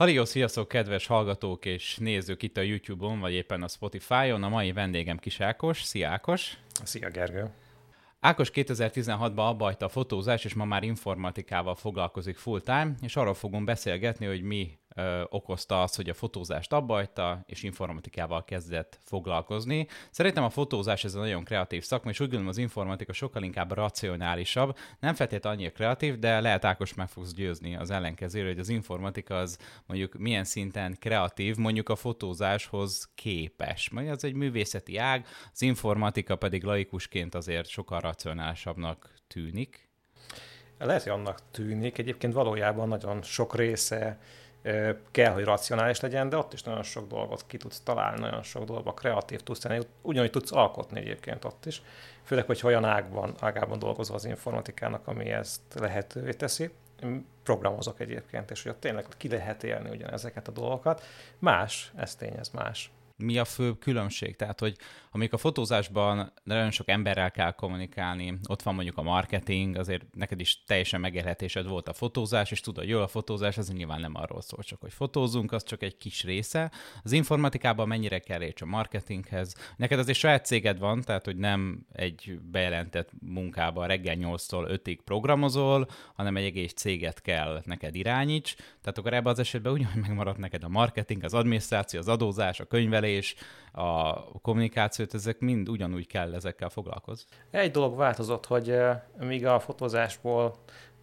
Halló, sziasztok, kedves hallgatók és nézők itt a YouTube-on, vagy éppen a Spotify-on. A mai vendégem Kis Ákos. Szia, Ákos! Szia, Gergő! Ákos 2016-ban abbahagyta a fotózást, és ma már informatikával foglalkozik full-time, és arról fogunk beszélgetni, hogy mi okozta azt, hogy a fotózást abbahagyta, és informatikával kezdett foglalkozni. Szerintem a fotózás ez egy nagyon kreatív szakma, és úgy gondolom az informatika sokkal inkább racionálisabb. Nem feltétlenül annyira kreatív, de lehet Ákos meg fogsz győzni az ellenkezőről, hogy az informatika az mondjuk milyen szinten kreatív, mondjuk a fotózáshoz képes. Majd ez egy művészeti ág, az informatika pedig laikusként azért sokkal racionálisabbnak tűnik. Lehet, hogy annak tűnik, egyébként valójában nagyon sok része kell, hogy racionális legyen, de ott is nagyon sok dolgot ki tudsz találni, nagyon sok dologban kreatív tudsz lenni, ugyanúgy tudsz alkotni egyébként ott is. Főleg, hogy olyan ágában dolgozol az informatikának, ami ezt lehetővé teszi. Programozok egyébként, és hogy ott tényleg ki lehet élni ugyanezeket a dolgokat. Más, ez tény, ez más. Mi a fő különbség? Tehát, hogy amíg a fotózásban nagyon sok emberrel kell kommunikálni, ott van mondjuk a marketing, azért neked is teljesen megélhetésed volt a fotózás, és tudod, jól a fotózás, az nyilván nem arról szól, csak hogy fotózunk, az csak egy kis része. Az informatikában mennyire kell érts a marketinghez? Neked azért saját céged van, tehát, hogy nem egy bejelentett munkában reggel 8-tól 5-ig programozol, hanem egy egész céget kell neked irányíts. Tehát akkor ebben az esetben ugyanúgy megmaradt neked a marketing, az adminisztráció, az adózás, a könyvelés, a kommunikációt, ezek mind ugyanúgy kell ezekkel foglalkozni. Egy dolog változott, hogy míg a fotózásban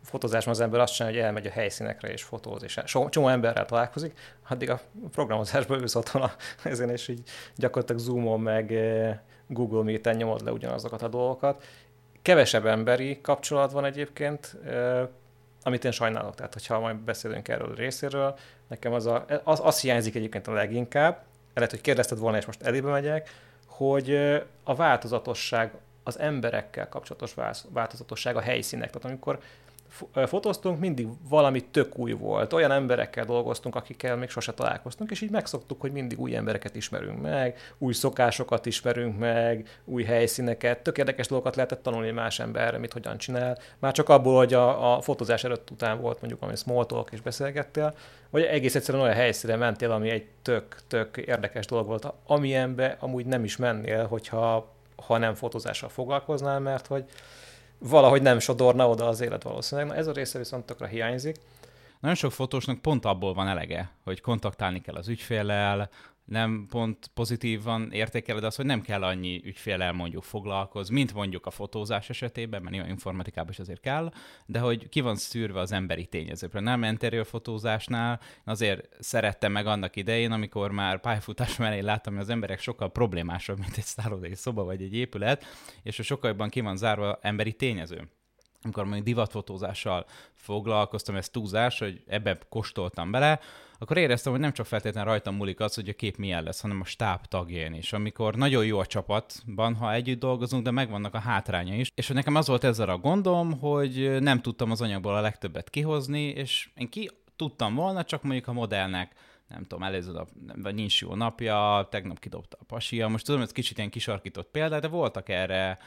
az ember azt csinálja, hogy elmegy a helyszínekre és fotóz, és csomó emberrel találkozik, addig a programozásban ülsz otthon ezen, és így gyakorlatilag Zoomon meg Google Meet-en nyomod le ugyanazokat a dolgokat. Kevesebb emberi kapcsolat van egyébként, amit én sajnálok. Tehát, hogyha majd beszélünk erről a részéről, nekem az hiányzik egyébként a leginkább, lehet, hogy kérdezted volna, és most elébe megyek, hogy a változatosság, az emberekkel kapcsolatos változatosság, a helyszínek. Tehát amikor fotóztunk, mindig valami tök új volt. Olyan emberekkel dolgoztunk, akikkel még sose találkoztunk, és így megszoktuk, hogy mindig új embereket ismerünk meg, új szokásokat ismerünk meg, új helyszíneket. Tök érdekes dolgokat lehetett tanulni más emberre, mit hogyan csinál. Már csak abból, hogy a fotózás előtt után volt mondjuk valami small talk és beszélgettél, vagy egész egyszerűen olyan helyszínre mentél, ami egy tök érdekes dolog volt, amilyenbe amúgy nem is mennél, ha nem fotózással foglalkoznál, mert hogy valahogy nem sodorna oda az élet valószínűleg. Na, ez a része viszont tökre hiányzik. Nagyon sok fotósnak pont abból van elege, hogy kontaktálni kell az ügyféllel, nem pont pozitívan értékeled azt, hogy nem kell annyi ügyféllel mondjuk foglalkozni, mint mondjuk a fotózás esetében, mert nyilván informatikában is azért kell, de hogy ki van szűrve az emberi tényezőkre. Nem interior fotózásnál azért szerettem meg annak idején, amikor már pályafutás mellé láttam, hogy az emberek sokkal problémásabb, mint egy szállodai szoba vagy egy épület, és sokkal jobban ki van zárva emberi tényező. Amikor mondjuk divatfotózással foglalkoztam, ez túlzás, hogy ebbe kóstoltam bele, akkor éreztem, hogy nem csak feltétlenül rajtam múlik az, hogy a kép milyen lesz, hanem a stáb tagjén is. Amikor nagyon jó a csapatban, ha együtt dolgozunk, de megvannak a hátránya is. És hogy nekem az volt ezzel a gondom, hogy nem tudtam az anyagból a legtöbbet kihozni, és én ki tudtam volna, csak mondjuk a modellnek nem tudom, előző nap, vagy nincs jó napja, tegnap kidobta a pasia. Most tudom, hogy ez kicsit ilyen kisarkított példa, de voltak erre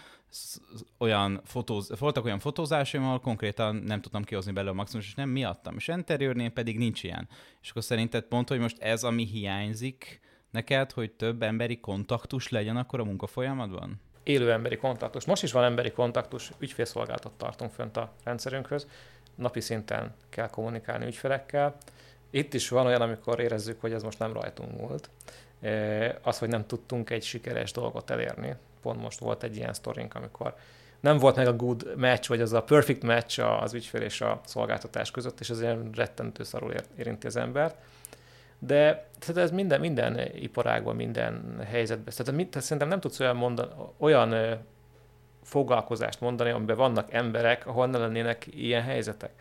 voltak olyan fotózásaim, ahol konkrétan nem tudtam kihozni belőle a maximum, és nem miattam. És interiőrnél pedig nincs ilyen. És akkor szerinted pont, hogy most ez, ami hiányzik neked, hogy több emberi kontaktus legyen akkor a munkafolyamatban? Élő emberi kontaktus. Most is van emberi kontaktus, ügyfélszolgálatot tartunk fönt a rendszerünkhöz. Napi szinten kell kommunikálni ügyfelekkel. Itt is van olyan, amikor érezzük, hogy ez most nem rajtunk volt. Az, hogy nem tudtunk egy sikeres dolgot elérni. Pont most volt egy ilyen sztorink, amikor nem volt meg a good match, vagy az a perfect match az ügyfél és a szolgáltatás között, és ez ilyen rettentő szarul érinti az embert. De ez minden iparágban, minden helyzetben. Tehát szerintem nem tudsz olyan foglalkozást mondani, amiben vannak emberek, ahol ne lennének ilyen helyzetek.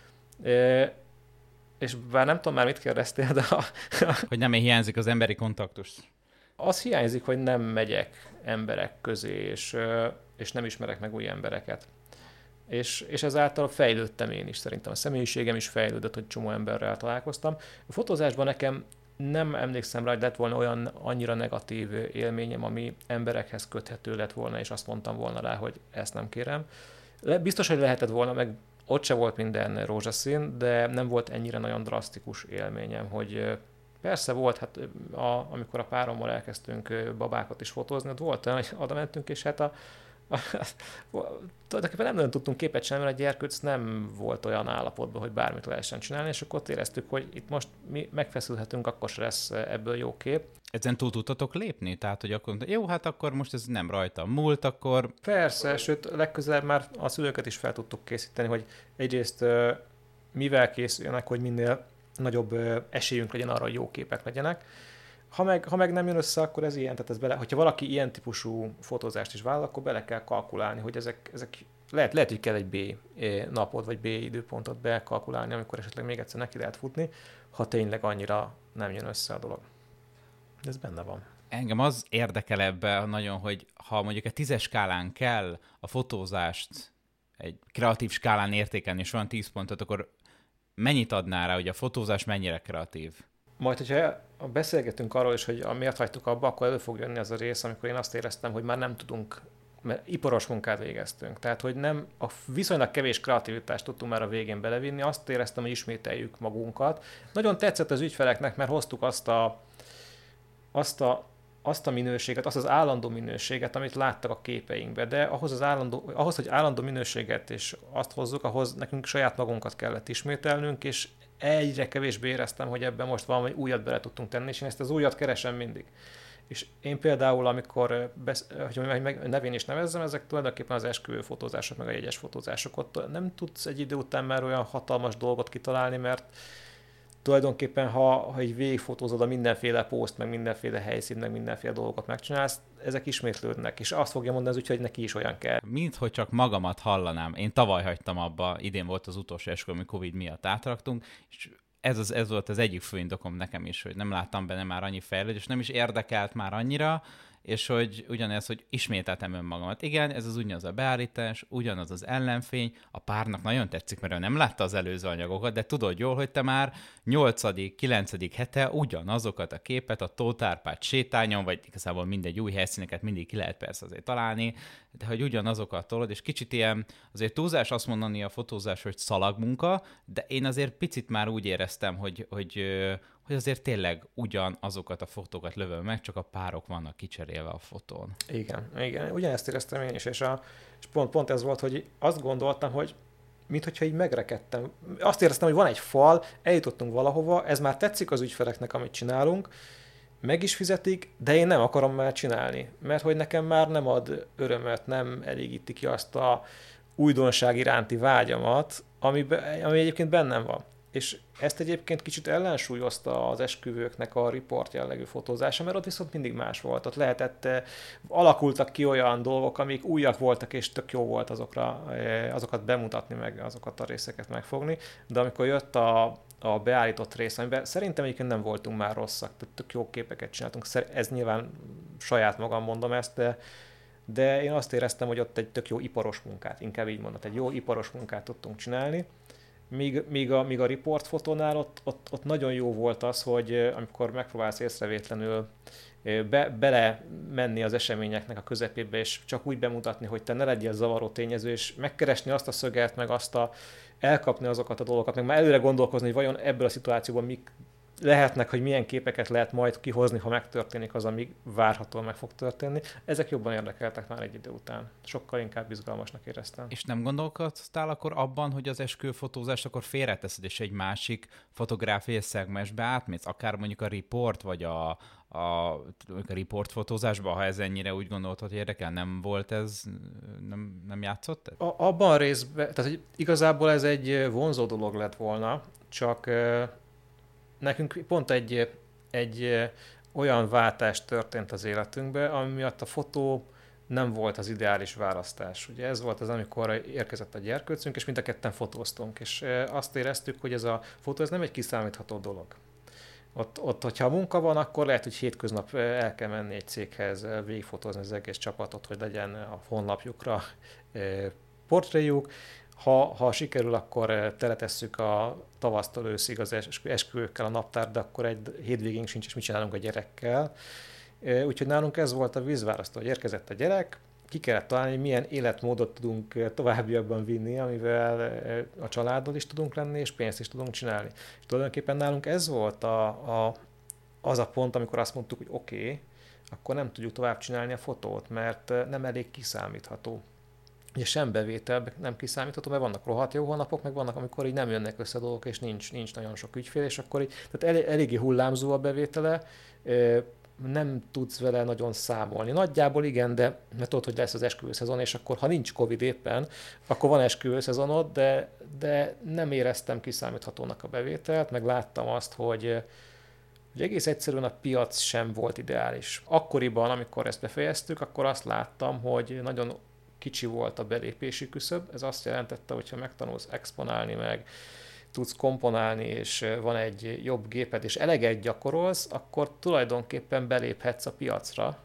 És bár nem tudom már, mit kérdeztél, de... Hogy nem hiányzik az emberi kontaktus. Az hiányzik, hogy nem megyek emberek közé, és nem ismerek meg új embereket. És ezáltal fejlődtem én is, szerintem a személyiségem is fejlődött, hogy csomó emberrel találkoztam. A fotózásban nekem nem emlékszem rá, hogy lett volna olyan annyira negatív élményem, ami emberekhez köthető lett volna, és azt mondtam volna rá, hogy ezt nem kérem. Biztos, hogy lehetett volna, meg ott se volt minden rózsaszín, de nem volt ennyire nagyon drasztikus élményem, hogy persze volt, hát amikor a párommal elkezdtünk babákat is fotózni, ott volt olyan, hogy oda mentünk, és hát tulajdonképpen nem nagyon tudtunk képet csinálni, mert a gyerkőc nem volt olyan állapotban, hogy bármit lehessen csinálni, és akkor ott éreztük, hogy itt most mi megfeszülhetünk, akkor se lesz ebből jó kép. Ezen túl tudtatok lépni? Tehát, hogy akkor jó, hát akkor most ez nem rajta múlt, akkor... Persze, sőt, legközelebb már a szülőket is fel tudtuk készíteni, hogy egyrészt mivel készüljenek, hogy minél nagyobb esélyünk legyen arra, hogy jó képek legyenek. Ha meg nem jön össze, akkor ez ilyen, tehát ez bele, hogyha valaki ilyen típusú fotózást is vállal, akkor bele kell kalkulálni, hogy ezek lehet, hogy kell egy B napot, vagy B időpontot bekalkulálni, amikor esetleg még egyszer neki lehet futni, ha tényleg annyira nem jön össze a dolog. De ez benne van. Engem az érdekel ebben nagyon, hogy ha mondjuk egy 10-es skálán kell a fotózást egy kreatív skálán értékelni, és van 10 pontot, akkor mennyit adnál rá, hogy a fotózás mennyire kreatív? Majd, hogyha beszélgetünk arról is, hogy miért hagytuk abba, akkor elő fog jönni az a rész, amikor én azt éreztem, hogy már nem tudunk, mert iparos munkát végeztünk. Tehát, hogy nem, a viszonylag kevés kreativitást tudtunk már a végén belevinni, azt éreztem, hogy ismételjük magunkat. Nagyon tetszett az ügyfeleknek, mert hoztuk azt a minőséget, azt az állandó minőséget, amit láttak a képeinkbe, de ahhoz, hogy állandó minőséget és azt hozzuk, ahhoz nekünk saját magunkat kellett ismételnünk, és egyre kevésbé éreztem, hogy ebben most valami újat bele tudtunk tenni, és én ezt az újat keresem mindig. És én például, amikor, hogy nevén is nevezzem, ezek tulajdonképpen az esküvő fotózások, meg a jegyes fotózások, ott nem tudsz egy idő után már olyan hatalmas dolgot kitalálni, mert tulajdonképpen, ha így végigfotózod a mindenféle poszt, meg mindenféle helyszín, meg mindenféle dolgokat megcsinálsz, ezek ismétlődnek, és azt fogja mondani az ügyfél, hogy neki is olyan kell. Minthogy csak magamat hallanám. Én tavaly hagytam abba, idén volt az utolsó eskü, ami Covid miatt átraktunk, és ez volt az egyik fő indokom nekem is, hogy nem láttam benne már annyi fejlődést, nem is érdekelt már annyira, és hogy ugyanez, hogy ismételtem önmagamat. Igen, ez az ugyanaz a beállítás, ugyanaz az ellenfény, a párnak nagyon tetszik, mert ő nem látta az előző anyagokat, de tudod jól, hogy te már 8.-9. hete ugyanazokat a képet a Tóth Árpád sétányon, vagy igazából mindegy új helyszíneket mindig ki lehet persze azért találni, de hogy ugyanazokat tolod, és kicsit ilyen, azért túlzás azt mondani a fotózás, hogy szalagmunka, de én azért picit már úgy éreztem, hogy azért tényleg ugyanazokat a fotókat lövöm meg, csak a párok vannak kicserélve a fotón. Igen, ugyanezt éreztem én is, és pont ez volt, hogy azt gondoltam, hogy minthogyha így megrekedtem. Azt éreztem, hogy van egy fal, eljutottunk valahova, ez már tetszik az ügyfeleknek, amit csinálunk, meg is fizetik, de én nem akarom már csinálni, mert hogy nekem már nem ad örömet, nem elégíti ki azt a újdonság iránti vágyamat, ami egyébként bennem van. És ezt egyébként kicsit ellensúlyozta az esküvőknek a riport jellegű fotózása, mert ott viszont mindig más volt. Ott alakultak ki olyan dolgok, amik újak voltak, és tök jó volt azokat bemutatni, meg azokat a részeket megfogni. De amikor jött a beállított rész, amiben szerintem egyébként nem voltunk már rosszak, tehát tök jó képeket csináltunk. Ez nyilván saját magam mondom ezt, de én azt éreztem, hogy ott egy tök jó iparos munkát, inkább így mondom, egy jó iparos munkát tudtunk csinálni. Míg a report fotónál ott nagyon jó volt az, hogy amikor megpróbálsz észrevétlenül bele menni az eseményeknek a közepébe, és csak úgy bemutatni, hogy te ne legyél zavaró tényező, és megkeresni azt a szöget, meg elkapni azokat a dolgokat, meg már előre gondolkozni, hogy vajon ebből a szituációban mik lehetnek, hogy milyen képeket lehet majd kihozni, ha megtörténik az, ami várhatóan meg fog történni. Ezek jobban érdekeltek már egy idő után. Sokkal inkább izgalmasnak éreztem. És nem gondolkodtál akkor abban, hogy az esküvőfotózást akkor félreteszed, és egy másik fotográfiai szegmensbe átmész, akár mondjuk a report, vagy a report fotózásban, ha ez ennyire úgy gondoltad, hogy érdekel, nem volt ez, nem játszott? Abban a részben, tehát hogy igazából ez egy vonzó dolog lett volna, csak nekünk pont egy olyan váltás történt az életünkben, ami miatt a fotó nem volt az ideális választás. Ugye ez volt az, amikor érkezett a gyerkőcünk, és mind a ketten fotóztunk, és azt éreztük, hogy ez a fotó ez nem egy kiszámítható dolog. Ott, hogyha a munka van, akkor lehet, hogy hétköznap el kell menni egy céghez, végigfotózni az egész csapatot, hogy legyen a honlapjukra portréjuk. Ha sikerül, akkor teletesszük a tavasztól őszig az esküvőkkel a naptár, de akkor egy hétvégénk sincs, és mit csinálunk a gyerekkel. Úgyhogy nálunk ez volt a vízválasztó, hogy érkezett a gyerek, ki kellett találni, hogy milyen életmódot tudunk továbbiakban vinni, amivel a családdal is tudunk lenni, és pénzt is tudunk csinálni. És tulajdonképpen nálunk ez volt az a pont, amikor azt mondtuk, hogy oké, akkor nem tudjuk tovább csinálni a fotót, mert nem elég kiszámítható. Ugye sem bevétel nem kiszámítható, mert vannak rohadt jó hónapok, meg vannak, amikor így nem jönnek össze dolgok, és nincs nagyon sok ügyfél, és akkor így, tehát eléggé hullámzó a bevétele, nem tudsz vele nagyon számolni. Nagyjából igen, de mert tudod, hogy lesz az esküvőszezon, és akkor, ha nincs Covid éppen, akkor van esküvőszezonod, de nem éreztem kiszámíthatónak a bevételt, meg láttam azt, hogy egész egyszerűen a piac sem volt ideális. Akkoriban, amikor ezt befejeztük, akkor azt láttam, hogy nagyon kicsi volt a belépési küszöb. Ez azt jelentette, hogy ha megtanulsz exponálni, meg tudsz komponálni, és van egy jobb géped, és eleget gyakorolsz, akkor tulajdonképpen beléphetsz a piacra.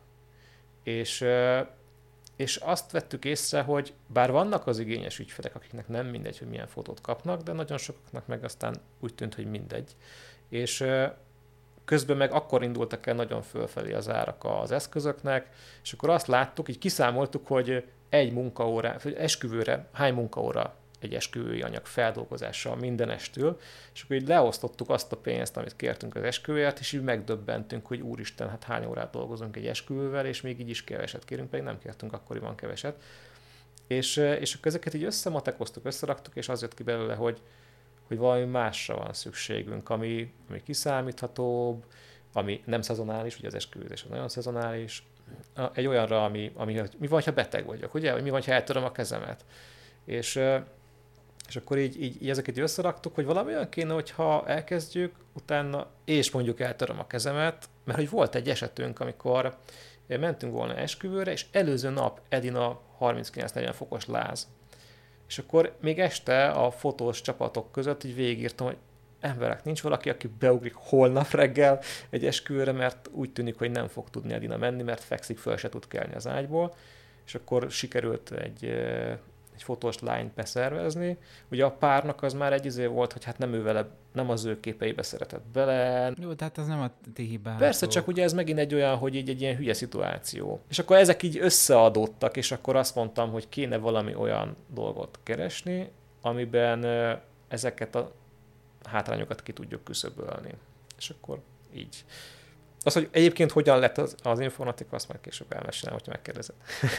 És azt vettük észre, hogy bár vannak az igényes ügyfelek, akiknek nem mindegy, hogy milyen fotót kapnak, de nagyon sokaknak meg aztán úgy tűnt, hogy mindegy. És közben meg akkor indultak el nagyon fölfelé az árak az eszközöknek, és akkor azt láttuk, így kiszámoltuk, hogy egy munkaórá, esküvőre hány munkaóra egy esküvői anyag feldolgozással mindenestől, és akkor így leosztottuk azt a pénzt, amit kértünk az esküvőért, és így megdöbbentünk, hogy úristen, hát hány órát dolgozunk egy esküvővel, és még így is keveset kérünk, pedig nem kértünk akkoriban keveset. És akkor ezeket így összematekoztuk, összeraktuk, és az jött ki belőle, hogy valami másra van szükségünk, ami kiszámíthatóbb, ami nem szezonális, ugye az esküvőzés az nagyon szezonális, egy olyanra, mi van, ha beteg vagyok, ugye? Vagy mi van, ha eltöröm a kezemet. És akkor így ezeket összeraktuk, hogy valami olyan kéne, hogyha elkezdjük, utána, és mondjuk eltöröm a kezemet, mert hogy volt egy esetünk, amikor mentünk volna esküvőre, és előző nap Edina 39-40 fokos láz. És akkor még este a fotós csapatok között így végigírtam, hogy emberek, nincs valaki, aki beugrik holnap reggel egy esküvőre, mert úgy tűnik, hogy nem fog tudni Edina menni, mert fekszik, föl se tud kelni az ágyból. És akkor sikerült egy fotós lányt beszervezni. Ugye a párnak az már egy volt, hogy hát nem az ő képeibe szeretett bele. Jó, tehát ez nem a ti hibátok. Persze, csak ugye ez megint egy olyan, hogy így egy ilyen hülye szituáció. És akkor ezek így összeadódtak, és akkor azt mondtam, hogy kéne valami olyan dolgot keresni, amiben ezeket a hátrányokat ki tudjuk küszöbölni. És akkor így. Az, hogy egyébként hogyan lett az informatika, azt már később elmesélem, hogyha megkérdezed.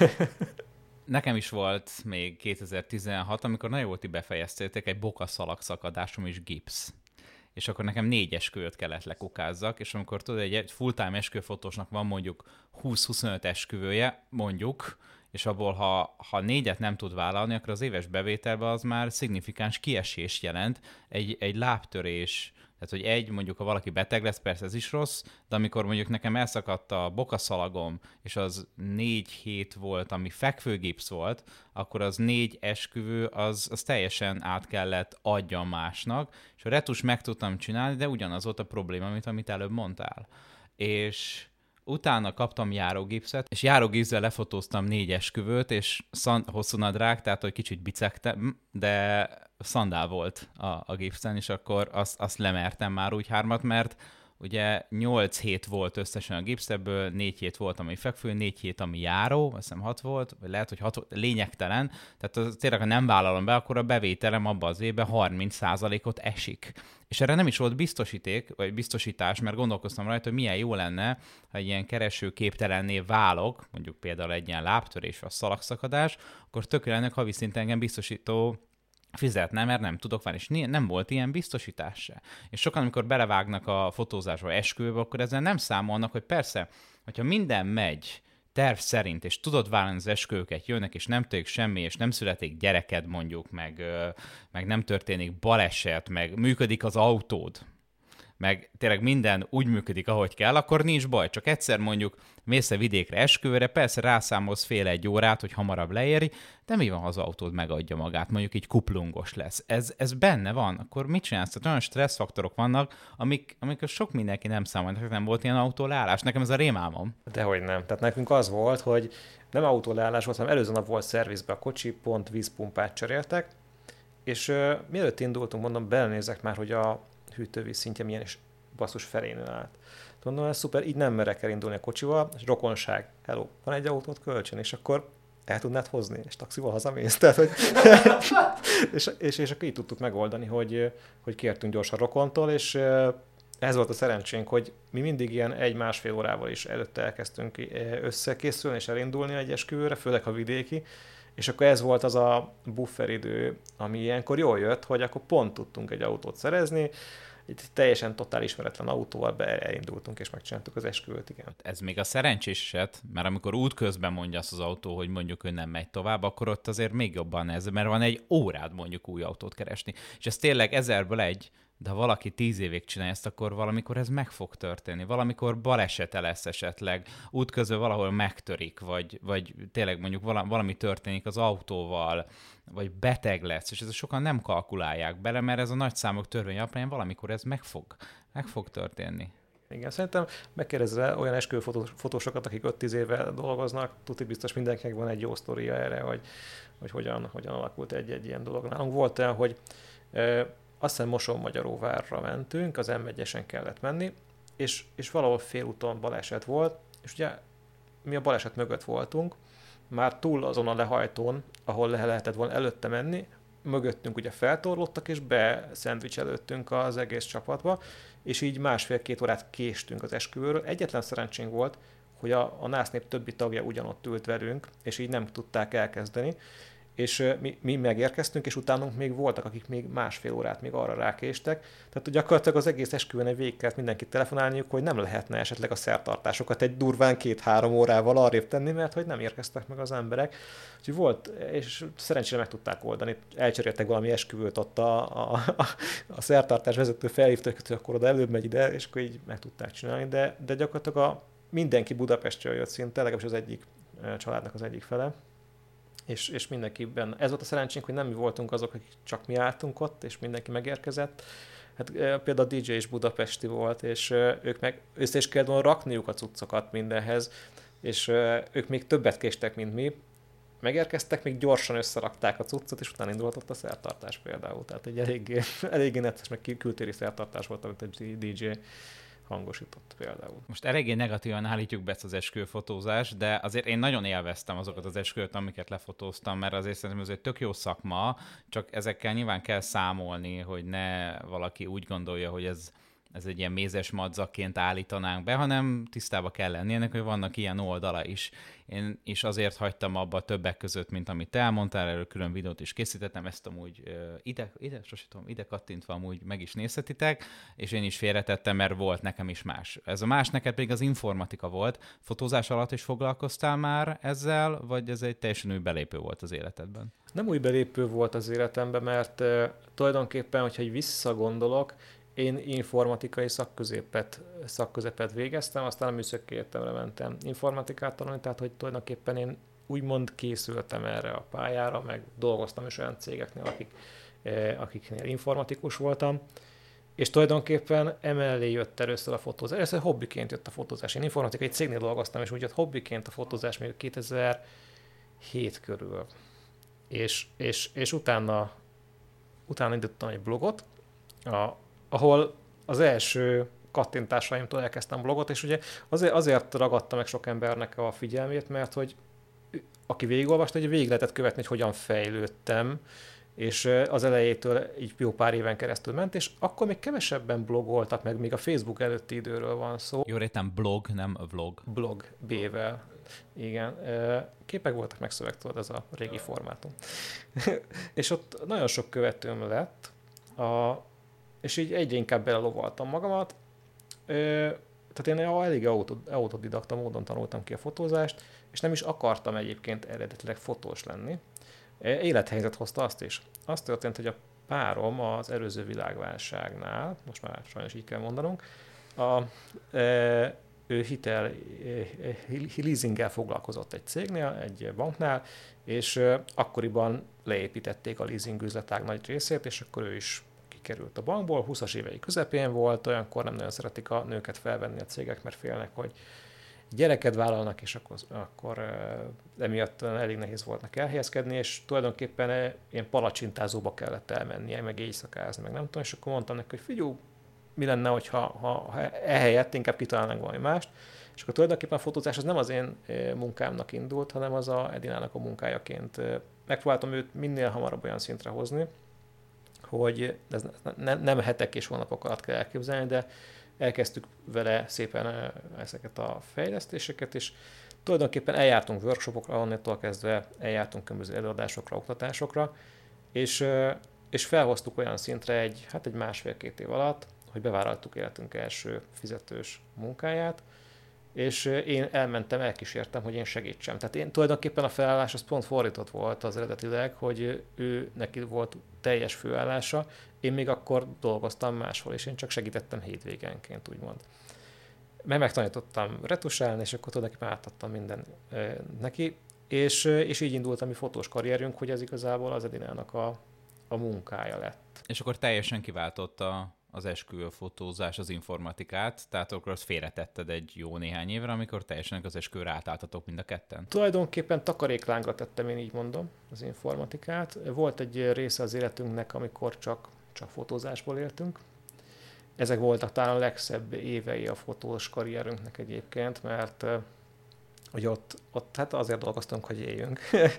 Nekem is volt még 2016, amikor nagyon volt, hogy befejeztétek egy bokaszalag szakadásom és gipsz. És akkor nekem 4 esküvőt kellett lekukázzak, és amikor tudod, egy full-time esküvőfotósnak van mondjuk 20-25 esküvője, mondjuk, és abból, ha 4-et nem tud vállalni, akkor az éves bevételben az már szignifikáns kiesést jelent, egy lábtörés. Tehát, hogy mondjuk, ha valaki beteg lesz, persze ez is rossz, de amikor mondjuk nekem elszakadt a bokaszalagom, és az 4 hét volt, ami fekvőgipsz volt, akkor az 4 esküvő, az teljesen át kellett adjam másnak, és a retus meg tudtam csinálni, de ugyanaz volt a probléma, amit előbb mondtál. És utána kaptam járógipszet, és járógipszzel lefotóztam 4 esküvőt, és hosszú nadrág, tehát hogy kicsit bicegtem, de szandál volt a gipszen, és akkor azt lemertem már úgy 3, mert ugye 8 hét volt összesen a gipsz, ebből 4 hét volt, ami fekvő, 4 hét, ami járó, azt hiszem 6 volt, vagy lehet, hogy 6 volt, lényegtelen. Tehát tényleg, ha nem vállalom be, akkor a bevételem abban az évben 30%-ot esik. És erre nem is volt biztosíték, vagy biztosítás, mert gondolkoztam rajta, hogy milyen jó lenne, ha ilyen keresőképtelenné válok, mondjuk például egy ilyen lábtörés vagy szalagszakadás, akkor tökéletnek havi szinten engem biztosító fizetne, mert nem tudok várni, és nem volt ilyen biztosítás se. És sokan, amikor belevágnak a fotózásba, esküvőbe, akkor ezzel nem számolnak, hogy persze, hogyha minden megy terv szerint, és tudod vállalni az esküvőket, jönnek, és nem történik semmi, és nem születik gyereked mondjuk, meg nem történik baleset, meg működik az autód, meg tényleg minden úgy működik, ahogy kell, akkor nincs baj. Csak egyszer mondjuk mész a vidékre esküvőre, persze rászámolsz fél egy órát, hogy hamarabb leéri, de mi van, ha az autód megadja magát, mondjuk így kuplungos lesz. Ez benne van, akkor mit csinálsz? Tehát olyan stresszfaktorok vannak, amik sok mindenki nem számol, nem volt ilyen autóleállás. Nekem ez a rémálmom. Dehogy nem. Tehát nekünk az volt, hogy nem autóleállás volt, hanem előző nap volt szervizbe a kocsi, pont vízpumpát cseréltek, és mielőtt indultunk, mondom, belenézek már, hogy a hűtővíz szintje milyen, és basszus felénül állt. Mondom, ez szuper, így nem merek elindulni a kocsival, és rokonság, hello, van egy autót kölcsön, és akkor el tudnád hozni, és taxival hazamész. Tehát, hogy és akkor így tudtuk megoldani, hogy kértünk gyorsan rokontól, és ez volt a szerencsénk, hogy mi mindig ilyen 1-1,5 órával is előtte elkezdtünk összekészülni és elindulni egy esküvőre, főleg ha vidéki, és akkor ez volt az a bufferidő, ami ilyenkor jól jött, hogy akkor pont tudtunk egy autót szerezni, egy teljesen totál ismeretlen autóval elindultunk, és megcsináltuk az esküvőt, igen. Ez még a szerencsés eset, mert amikor útközben mondja azt az autó, hogy mondjuk ő nem megy tovább, akkor ott azért még jobban ez, mert van egy órád mondjuk új autót keresni. És ez tényleg 1000-ből egy, de ha valaki 10 évig csinálja ezt, akkor valamikor ez meg fog történni. Valamikor balesete lesz esetleg, útközben valahol megtörik, vagy tényleg mondjuk valami történik az autóval, vagy beteg lesz, és ezt sokan nem kalkulálják bele, mert ez a nagyszámok törvény alapján valamikor ez meg fog történni. Igen, szerintem megkérdezve olyan esküvőfotósokat, akik 5-10 éve dolgoznak, tuti biztos mindenkinek van egy jó sztoria erre, hogy hogyan alakult egy ilyen dolog. Nálunk volt olyan, hogy azt hiszem Mosonmagyaróvárra mentünk, az M1-esen kellett menni, és valahol félúton baleset volt, és ugye mi a baleset mögött voltunk, már túl azon a lehajtón, ahol lehetett volna előtte menni, mögöttünk ugye feltorlottak, és beszendvicselődtünk az egész csapatba, és így 1,5-2 órát késtünk az esküvőről. Egyetlen szerencsénk volt, hogy a NÁSZ nép többi tagja ugyanott ült velünk, és így nem tudták elkezdeni, és mi megérkeztünk, és utánunk még voltak, akik még 1,5 órát még arra rákéstek. Tehát gyakorlatilag az egész esküvőn végig kellett mindenkit telefonálniuk, hogy nem lehetne esetleg a szertartásokat egy durván 2-3 órával arrébb tenni, mert hogy nem érkeztek meg az emberek. Úgyhogy volt, és szerencsére meg tudták oldani. Elcseréltek valami esküvőt ott a szertartás vezető felhívta, hogy akkor oda előbb megy ide, és akkor így meg tudták csinálni. De gyakorlatilag mindenki Budapestről jött szinte, legalábbis az egyik családnak az egyik fele. És mindenkiben. Ez volt a szerencsénk, hogy nem mi voltunk azok, akik csak mi álltunk ott, és mindenki megérkezett. Hát például a DJ is budapesti volt, és ők meg össze is kellett volna rakniuk a cuccokat mindenhez, és ők még többet késtek, mint mi. Megérkeztek, még gyorsan összerakták a cuccot, és utána indulhatott a szertartás például. Tehát egy eléggé netes, meg kültéri szertartás volt, amit egy DJ hangosított például. Most eléggé negatívan állítjuk be ezt az esküvőfotózást, de azért én nagyon élveztem azokat az esküvőt, amiket lefotóztam, mert azért szerintem ez egy tök jó szakma, csak ezekkel nyilván kell számolni, hogy ne valaki úgy gondolja, hogy ez egy ilyen mézes madzakként állítanánk be, hanem tisztába kell lenni ennek, hogy vannak ilyen oldala is. Én is azért hagytam abba többek között, mint amit elmondtál, erről külön videót is készítettem, ezt amúgy ide kattintva amúgy meg is nézhetitek, és én is félretettem, mert volt nekem is más. Ez a más neked pedig az informatika volt. Fotózás alatt is foglalkoztál már ezzel, vagy ez egy teljesen új belépő volt az életedben? Nem új belépő volt az életemben, mert tulajdonképpen, hogyha így visszagondolok, én informatikai szakközepet végeztem, aztán a műszaki egyetemre mentem informatikát tanulni, tehát hogy tulajdonképpen én úgymond készültem erre a pályára, meg dolgoztam is olyan cégeknél, akiknél informatikus voltam, és tulajdonképpen emellé jött először a fotózás. Először hobbiként jött a fotózás. Én informatikai cégnél dolgoztam, és úgy jött hobbiként a fotózás még 2007 körül. És utána indítottam egy blogot, ahol az első kattintásaimtól elkezdtem blogot, és ugye azért ragadta meg sok embernek a figyelmét, mert hogy aki végigolvasta, hogy végig lehetett követni, hogy hogyan fejlődtem, és az elejétől így jó pár éven keresztül ment, és akkor még kevesebben blogoltak, meg még a Facebook előtti időről van szó. Jó, értem, blog, nem vlog. Blog, B-vel. Igen. Képek voltak, meg szöveg, tudod, ez a régi formátum. És ott nagyon sok követőm lett, és így egyre inkább belelovaltam magamat. Tehát én elég autodidakta módon tanultam ki a fotózást, és nem is akartam egyébként eredetileg fotós lenni. Élethelyzet hozta azt is. Az történt, hogy a párom az előző világválságnál, most már sajnos így kell mondanunk, ő leasinggel foglalkozott egy cégnél, egy banknál, és akkoriban leépítették a leasing üzletág nagy részét, és akkor ő is kikerült a bankból, 20-as évei közepén volt, olyankor nem nagyon szeretik a nőket felvenni a cégek, mert félnek, hogy gyereket vállalnak, és akkor emiatt elég nehéz volt neki elhelyezkedni, és tulajdonképpen ilyen palacsintázóba kellett elmennie, meg éjszakázni, meg nem tudom, és akkor mondtam neki, hogy figyelj, mi lenne, ha ehelyett inkább kitalálnánk valami mást. És akkor tulajdonképpen a fotózás az nem az én munkámnak indult, hanem az a Edinának a munkájaként. Megpróbáltam őt minél hamarabb olyan szintre hozni, hogy ez nem hetek és hónapok alatt kell elképzelni, de elkezdtük vele szépen ezeket a fejlesztéseket, és tulajdonképpen eljártunk workshopokra, onnantól kezdve eljártunk különböző előadásokra, oktatásokra, és felhoztuk olyan szintre egy 1,5-2 év alatt, hogy bevállaltuk életünk első fizetős munkáját, és én elkísértem, hogy én segítsem. Tehát én tulajdonképpen a felállás az pont fordított volt az eredetileg, hogy ő neki volt teljes főállása, én még akkor dolgoztam máshol, és én csak segítettem hétvégenként, úgymond. Megtanítottam retusálni, és akkor tulajdonképpen átadtam minden neki, és így indult a mi fotós karrierünk, hogy ez igazából az Edinának a munkája lett. És akkor teljesen kiváltotta az esküvőfotózás az informatikát, tehát akkor azt félretetted egy jó néhány évre, amikor teljesen az esküvőre átálltatok mind a ketten? Tulajdonképpen takaréklángra tettem, én így mondom, az informatikát. Volt egy része az életünknek, amikor csak fotózásból éltünk. Ezek voltak talán a legszebb évei a fotós karrierünknek egyébként, mert hogy ott hát azért dolgoztunk, hogy éljünk,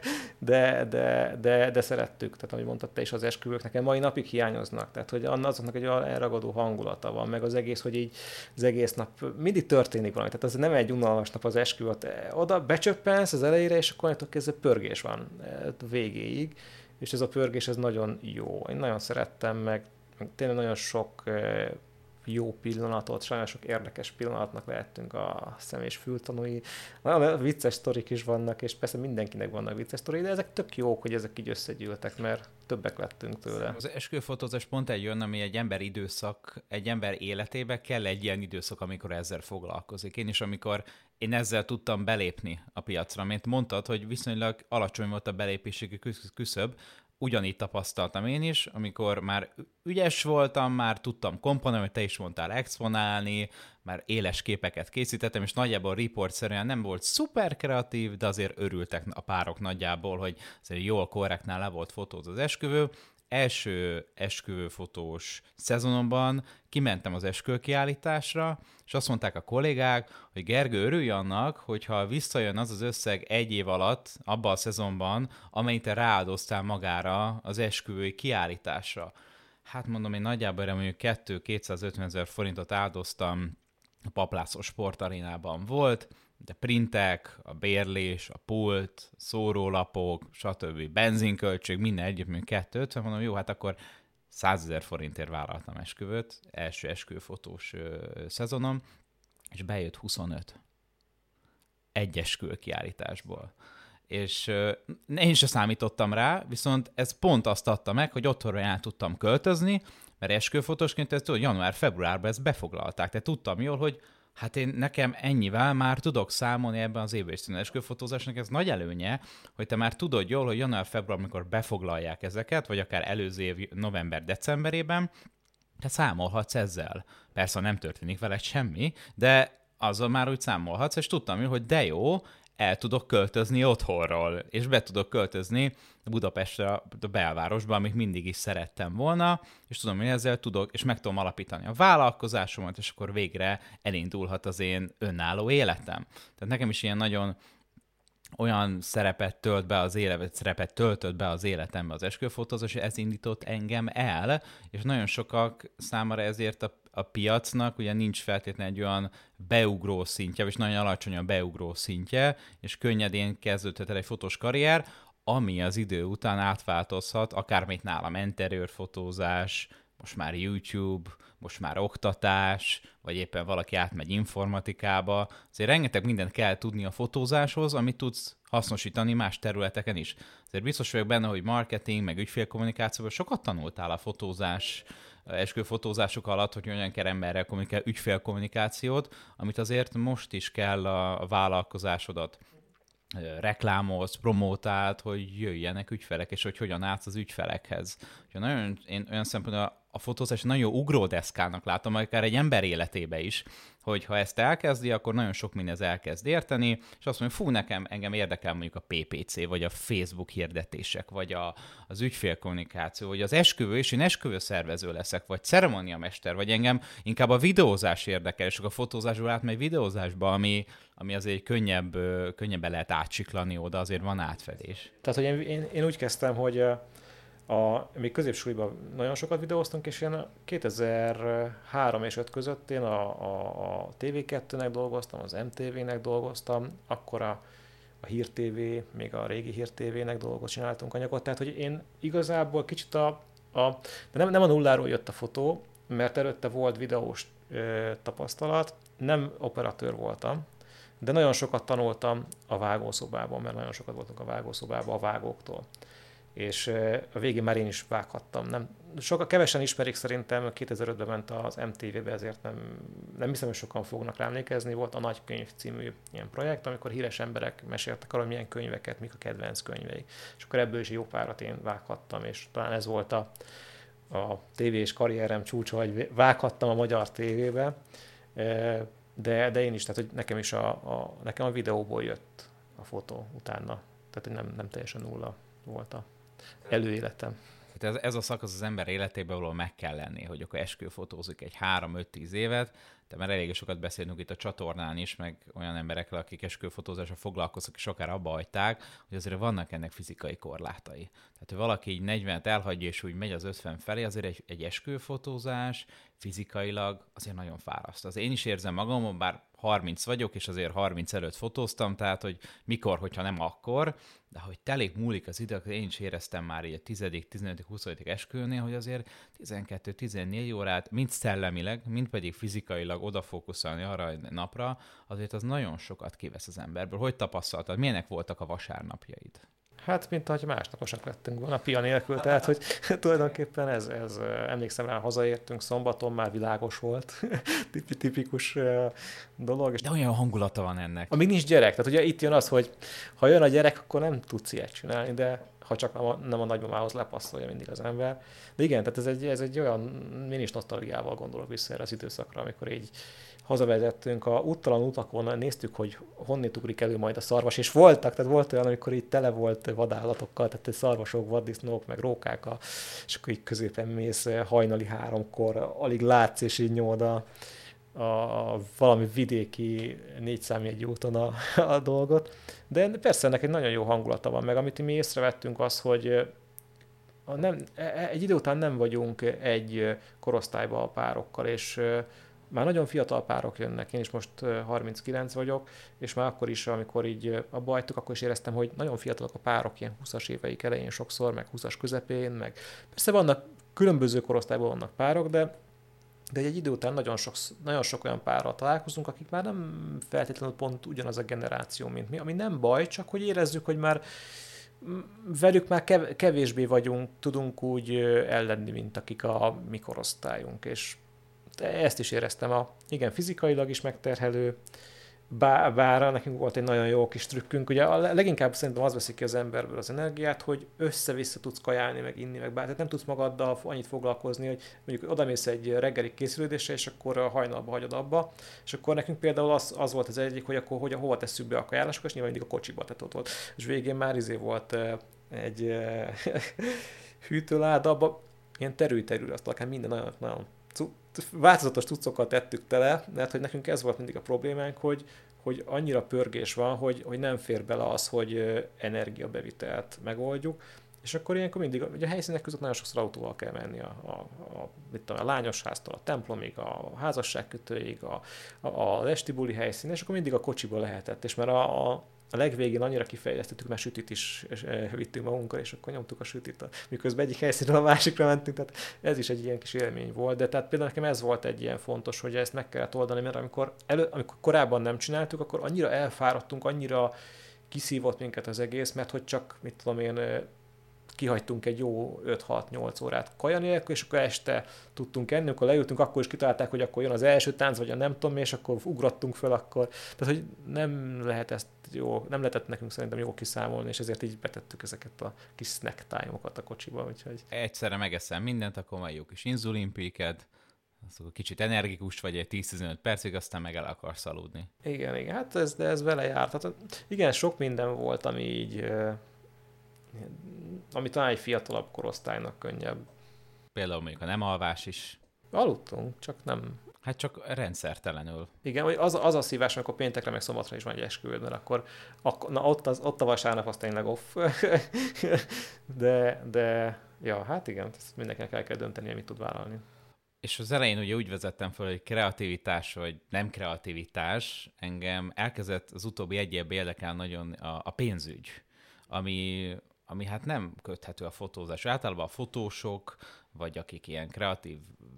de szerettük, tehát ahogy mondtad te is, az esküvők nekem mai napig hiányoznak, tehát hogy azoknak egy olyan elragadó hangulata van, meg az egész, hogy így az egész nap mindig történik valami, tehát az nem egy unalmas nap az esküvő, oda becsöppensz az elejére, és akkor onnantól kezdve pörgés van végéig, és ez a pörgés ez nagyon jó. Én nagyon szerettem, meg tényleg nagyon sok jó pillanatot, sajnos sok érdekes pillanatnak lehettünk a szem- és fültanúi. Nagyon vicces sztorik is vannak, és persze mindenkinek vannak vicces sztorik, de ezek tök jók, hogy ezek így összegyűltek, mert többek lettünk tőle. Az esküvőfotózás pont egy olyan, ami egy ember életébe kell egy ilyen időszak, amikor ezzel foglalkozik. Én is, amikor én ezzel tudtam belépni a piacra, mint mondtad, hogy viszonylag alacsony volt a belépési küszöb, ugyanígy tapasztaltam én is, amikor már ügyes voltam, már tudtam komponálni, hogy te is mondtál, exponálni, már éles képeket készítettem, és nagyjából riportszerűen nem volt szuper kreatív, de azért örültek a párok nagyjából, hogy azért jól korrektnál le volt fotóz az esküvő. Első esküvőfotós szezonomban kimentem az esküvőkiállításra, és azt mondták a kollégák, hogy Gergő, örülj annak, hogyha visszajön az az összeg egy év alatt, abban a szezonban, amennyit te rááldoztál magára az esküvői kiállításra. Hát mondom, én nagyjából erre mondjuk 250 000 forintot áldoztam, a Paplászó sportarénában volt, de printek, a bérlés, a pult, szórólapok, stb. Benzinköltség, minden együtt, mondjuk 250, mondom, jó, hát akkor 100 000 forintért vállaltam esküvőt, első esküvőfotós szezonom, és bejött 25. Egy esküvő kiállításból. És én sem számítottam rá, viszont ez pont azt adta meg, hogy otthonra el tudtam költözni, mert esküvőfotósként ezt január-februárban ezt befoglalták, tehát tudtam jól, hogy hát nekem ennyivel már tudok számolni ebben az évben, és esküvőfotózásnak ez nagy előnye, hogy te már tudod jól, hogy január-február, amikor befoglalják ezeket, vagy akár előző év november-decemberében, te számolhatsz ezzel. Persze nem történik veled semmi, de azzal már úgy számolhatsz, és tudtam jól, hogy de jó, el tudok költözni otthonról, és be tudok költözni Budapestre, a belvárosba, amit mindig is szerettem volna, és tudom, hogy ezzel tudok, és meg tudom alapítani a vállalkozásomat, és akkor végre elindulhat az én önálló életem. Tehát nekem is ilyen nagyon olyan szerepet töltött be az életembe az esküvőfotózás, hogy ez indított engem el, és nagyon sokak számára ezért a piacnak ugye nincs feltétlenül egy olyan beugró szintje, és nagyon alacsony a beugró szintje, és könnyedén kezdődhet el egy fotós karrier, ami az idő után átváltozhat, akármit nálam interiőrfotózás, most már YouTube, most már oktatás, vagy éppen valaki átmegy informatikába. Azért rengeteg mindent kell tudni a fotózáshoz, amit tudsz hasznosítani más területeken is. Azért biztos vagyok benne, hogy marketing, meg ügyfélkommunikációban sokat tanultál a fotózás, esküvőfotózások alatt, hogy olyan kell emberrel kommunikálni, ügyfélkommunikációt, amit azért most is kell a vállalkozásodat reklámoz, promótált, hogy jöjjenek ügyfelek, és hogy hogyan állsz az ügyfelekhez. Nagyon, én olyan szempontból a fotózás nagyon jó ugródeszkának látom, akár egy ember életébe is, hogy ha ezt elkezdi, akkor nagyon sok mindez elkezd érteni, és azt mondja, engem érdekel mondjuk a PPC, vagy a Facebook hirdetések, vagy az ügyfélkommunikáció, vagy az esküvő, és én esküvőszervező leszek, vagy ceremóniamester, vagy engem inkább a videózás érdekel, és akkor a fotózásból átmegy videózásba, ami azért könnyebben lehet átsiklani oda, azért van átfedés. Tehát, hogy én úgy kezdtem, hogy még középsuliban nagyon sokat videóztunk, és én 2003 és 5 között én a TV2-nek dolgoztam, az MTV-nek dolgoztam, akkor a Hír TV, még a régi Hír TV-nek csináltunk anyagot, tehát hogy én igazából kicsit de nem a nulláról jött a fotó, mert előtte volt videós tapasztalat, nem operatőr voltam, de nagyon sokat tanultam a vágószobában, mert nagyon sokat voltunk a vágószobában a vágóktól. És a végén már én is vághattam. Kevesen ismerik szerintem, 2005-ben ment az MTV-be, ezért nem hiszem, hogy sokan fognak rá emlékezni. Volt a Nagykönyv című ilyen projekt, amikor híres emberek meséltek arról, milyen könyveket, mik a kedvenc könyvei. És akkor ebből is jó párat én vághattam, és talán ez volt a tévés karrierem csúcsa, hogy vághattam a magyar tévébe. De én is, tehát hogy nekem is nekem a videóból jött a fotó utána. Tehát hogy nem teljesen nulla volt a előéletem. Ez a szakasz az ember életében, ahol meg kell lenni, hogy akkor esküvőfotózik egy 3-5-10 évet, de mert elég sokat beszélünk itt a csatornán is, meg olyan emberekkel, akik esküvőfotózással foglalkoznak, és akár abba hagyták, hogy azért vannak ennek fizikai korlátai. Tehát, hogy valaki így 40-et elhagyja, és úgy megy az 50 felé, azért egy esküvőfotózás fizikailag azért nagyon fáraszt. Az én is érzem magamon, bár 30 vagyok, és azért 30 előtt fotóztam, tehát, hogy mikor, hogyha nem akkor, de hogy telik múlik az idő, akkor én is éreztem már így a 10., 15., 20. esküvőnél, hogy azért 12-14 órát, mind szellemileg, mind pedig fizikailag odafókuszálni arra egy napra, azért az nagyon sokat kivesz az emberből. Hogy tapasztaltad? Milyenek voltak a vasárnapjaid? Hát, mint ahogy másnaposak lettünk volna pia nélkül, tehát, hogy tulajdonképpen ez emlékszem rá, hazaértünk szombaton, már világos volt, tipikus dolog. De olyan hangulata van ennek. Amíg nincs gyerek, tehát ugye itt jön az, hogy ha jön a gyerek, akkor nem tudsz ilyet csinálni, de ha csak nem a nagymamához lepasszolja mindig az ember. De igen, tehát ez egy olyan, én is nosztalgiával gondolok vissza erre az időszakra, amikor így hazavezettünk, a úttalan utakon néztük, hogy honnét ugrik elő majd a szarvas, és voltak, tehát volt olyan, amikor így tele volt vadállatokkal, tehát szarvasok, vaddisznók, meg rókák, és akkor így középen mész hajnali 3-kor, alig látsz, és így nyomod a valami vidéki 4 számjegyű úton a dolgot. De persze ennek egy nagyon jó hangulata van, meg amit mi észrevettünk az, hogy egy idő után nem vagyunk egy korosztályban a párokkal, és már nagyon fiatal párok jönnek, én is most 39 vagyok, és már akkor is, amikor így abba hagytuk, akkor is éreztem, hogy nagyon fiatalok a párok, ilyen 20-as éveik elején sokszor, meg 20-as közepén, meg persze vannak, különböző korosztályban vannak párok, de egy idő után nagyon sok olyan párral találkozunk, akik már nem feltétlenül pont ugyanaz a generáció, mint mi, ami nem baj, csak hogy érezzük, hogy már velük már kevésbé tudunk úgy ellenni, mint akik a mi korosztályunk, és ezt is éreztem, igen, fizikailag is megterhelő, bár nekünk volt egy nagyon jó kis trükkünk, ugye leginkább szerintem az veszik ki az emberből az energiát, hogy össze-vissza tudsz kajálni, meg inni, meg tehát nem tudsz magaddal annyit foglalkozni, hogy mondjuk odamész egy reggeli készülődésre, és akkor hajnalba hagyod abba, és akkor nekünk például az volt az egyik, hogy akkor hova tesszük be a kajálásokat, és nyilván mindig a kocsiba, tehát ott volt. És végén már volt egy hűtőláda, abba ilyen terül, azt akár minden nagyon, nagyon változatos cuccokkal tettük tele, mert hogy nekünk ez volt mindig a problémánk, hogy annyira pörgés van, hogy nem fér bele az, hogy energiabevitelt megoldjuk, és akkor ilyenkor mindig, ugye a helyszínek között nagyon sokszor autóval kell menni a lányosháztól a templomig, a házasságkötőig, a esti buli helyszín, és akkor mindig a kocsiból lehetett, és már a legvégén annyira kifejlesztettük, mert sütit is vittünk magunkkal, és akkor nyomtuk a sütit, miközben egyik helyszínről a másikra mentünk, tehát ez is egy ilyen kis élmény volt, de tehát például nekem ez volt egy ilyen fontos, hogy ezt meg kellett oldani, mert amikor korábban nem csináltuk, akkor annyira elfáradtunk, annyira kiszívott minket az egész, mert hogy csak, mit tudom én, kihagytunk egy jó 5-6-8 órát kaja nélkül, és akkor este tudtunk enni, akkor leültünk, akkor is kitalálták, hogy akkor jön az első tánc, vagy a nem tudom, és akkor ugrottunk föl akkor. Tehát, hogy nem lehet ezt jó, nem lehetett nekünk szerintem jó kiszámolni, és ezért így betettük ezeket a kis snack time-okat a kocsiba, úgyhogy... Egyszerre megeszem mindent, akkor van jó kis inzulinpéked, akkor kicsit energikus vagy egy 10-15 percig, aztán meg el akarsz aludni. Igen, hát ez vele járt. Hát, igen, sok minden volt, ami így, ami talán egy fiatalabb korosztálynak könnyebb. Például mondjuk a nem alvás is. Aludtunk, csak nem... Hát csak rendszertelenül. Igen, vagy az a szívás, amikor péntekre meg szombatra is van egy esküvőd, mert akkor na ott a vasárnap az tényleg off. de ja, hát igen, ezt mindenkinek el kell dönteni, amit tud vállalni. És az elején ugye úgy vezettem fel, hogy kreativitás vagy nem kreativitás, engem elkezdett az utóbbi egy évben érdekel nagyon a pénzügy, ami hát nem köthető a fotózás. Általában a fotósok, vagy akik ilyen kreatív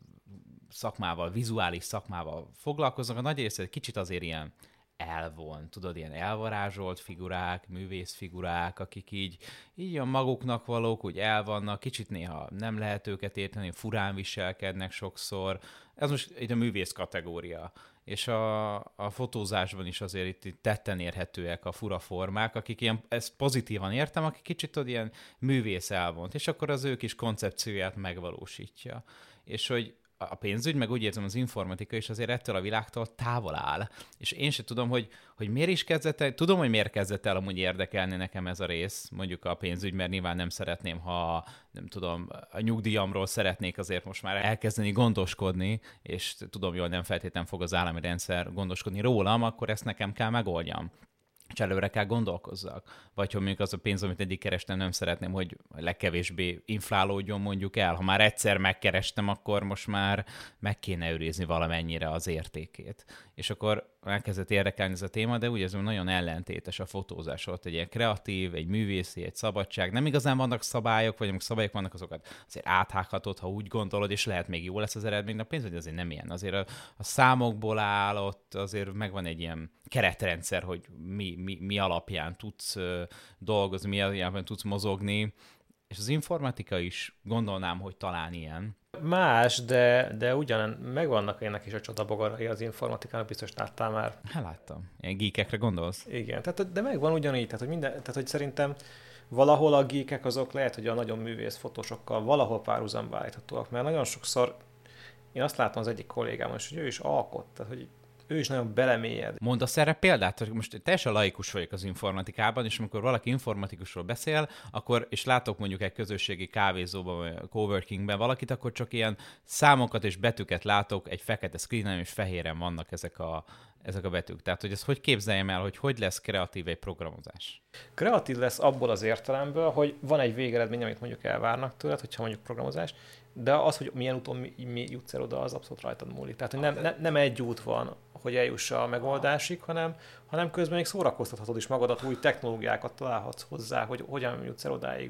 szakmával, vizuális szakmával foglalkoznak, a nagy része egy kicsit azért ilyen elvon, tudod, ilyen elvarázsolt figurák, művészfigurák, akik így a maguknak valók, úgy elvannak, kicsit néha nem lehet őket érteni, furán viselkednek sokszor. Ez most így a művész kategória. És a fotózásban is azért itt tetten érhetőek a fura formák, akik ilyen, ezt pozitívan értem, akik kicsit tudod, ilyen művész elvont, és akkor az ő kis koncepcióját megvalósítja. És hogy a pénzügy, meg úgy érzem az informatika is azért ettől a világtól távol áll. És én sem tudom, hogy miért is kezdett el, tudom, hogy miért kezdett el amúgy érdekelni nekem ez a rész, mondjuk a pénzügy, mert nyilván nem szeretném, ha nem tudom, a nyugdíjamról szeretnék azért most már elkezdeni gondoskodni, és tudom jól, nem feltétlenül fog az állami rendszer gondoskodni rólam, akkor ezt nekem kell megoldjam. És előre kell gondolkozzak. Vagy ha mondjuk az a pénz, amit eddig kerestem, nem szeretném, hogy legkevésbé inflálódjon mondjuk el. Ha már egyszer megkerestem, akkor most már meg kéne őrizni valamennyire az értékét. És akkor elkezdett érdekelni ez a téma, de úgy érzem, nagyon ellentétes a fotózás. Ott egy ilyen kreatív, egy művészi, egy szabadság. Nem igazán vannak szabályok, vagy amikor szabályok vannak, azokat azért áthághatod, ha úgy gondolod, és lehet még jó lesz az eredmény. A pénzügy azért nem ilyen. Azért a számokból áll, ott azért megvan egy ilyen keretrendszer, hogy mi alapján tudsz dolgozni, mi alapján tudsz mozogni, és az informatika is gondolnám, hogy talán ilyen. Más, de ugyan megvannak ennek is a csodabogarai az informatikának, biztos láttál már. Hát láttam. Ilyen geekekre gondolsz? Igen, tehát, de megvan ugyanígy, tehát hogy szerintem valahol a geekek azok lehet, hogy a nagyon művész fotósokkal valahol párhuzamba állíthatóak, mert nagyon sokszor én azt látom az egyik kollégámon, hogy ő is alkot, tehát hogy ő is nagyon belemélyed. Mondasz erre példát, hogy most teljesen laikus vagyok az informatikában, és amikor valaki informatikusról beszél, akkor, és látok mondjuk egy közösségi kávézóban, vagy coworkingben valakit, akkor csak ilyen számokat és betűket látok, egy fekete screenen és fehéren vannak ezek a betűk. Tehát, hogy ezt hogy képzeljem el, hogy lesz kreatív egy programozás? Kreatív lesz abból az értelemből, hogy van egy végeredmény, amit mondjuk elvárnak tőled, hogyha mondjuk programozás, de az, hogy milyen úton mi jutsz el oda, az abszolút rajtad múlik. Tehát, hogy nem egy út van, hogy eljuss a megoldásig, hanem közben még szórakoztathatod is magadat, új technológiákat találhatsz hozzá, hogy hogyan jutsz el odáig.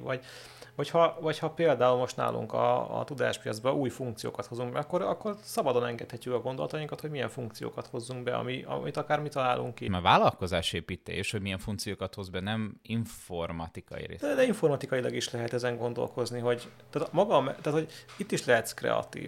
Vagy ha például most nálunk a tudáspiacban új funkciókat hozunk be, akkor szabadon engedhetjük a gondolatainkat, hogy milyen funkciókat hozzunk be, amit akár mi találunk ki. Már vállalkozásépítés, hogy milyen funkciókat hoz be, nem informatikai rész. De informatikailag is lehet ezen gondolkozni, tehát hogy itt is lehetsz kreatív.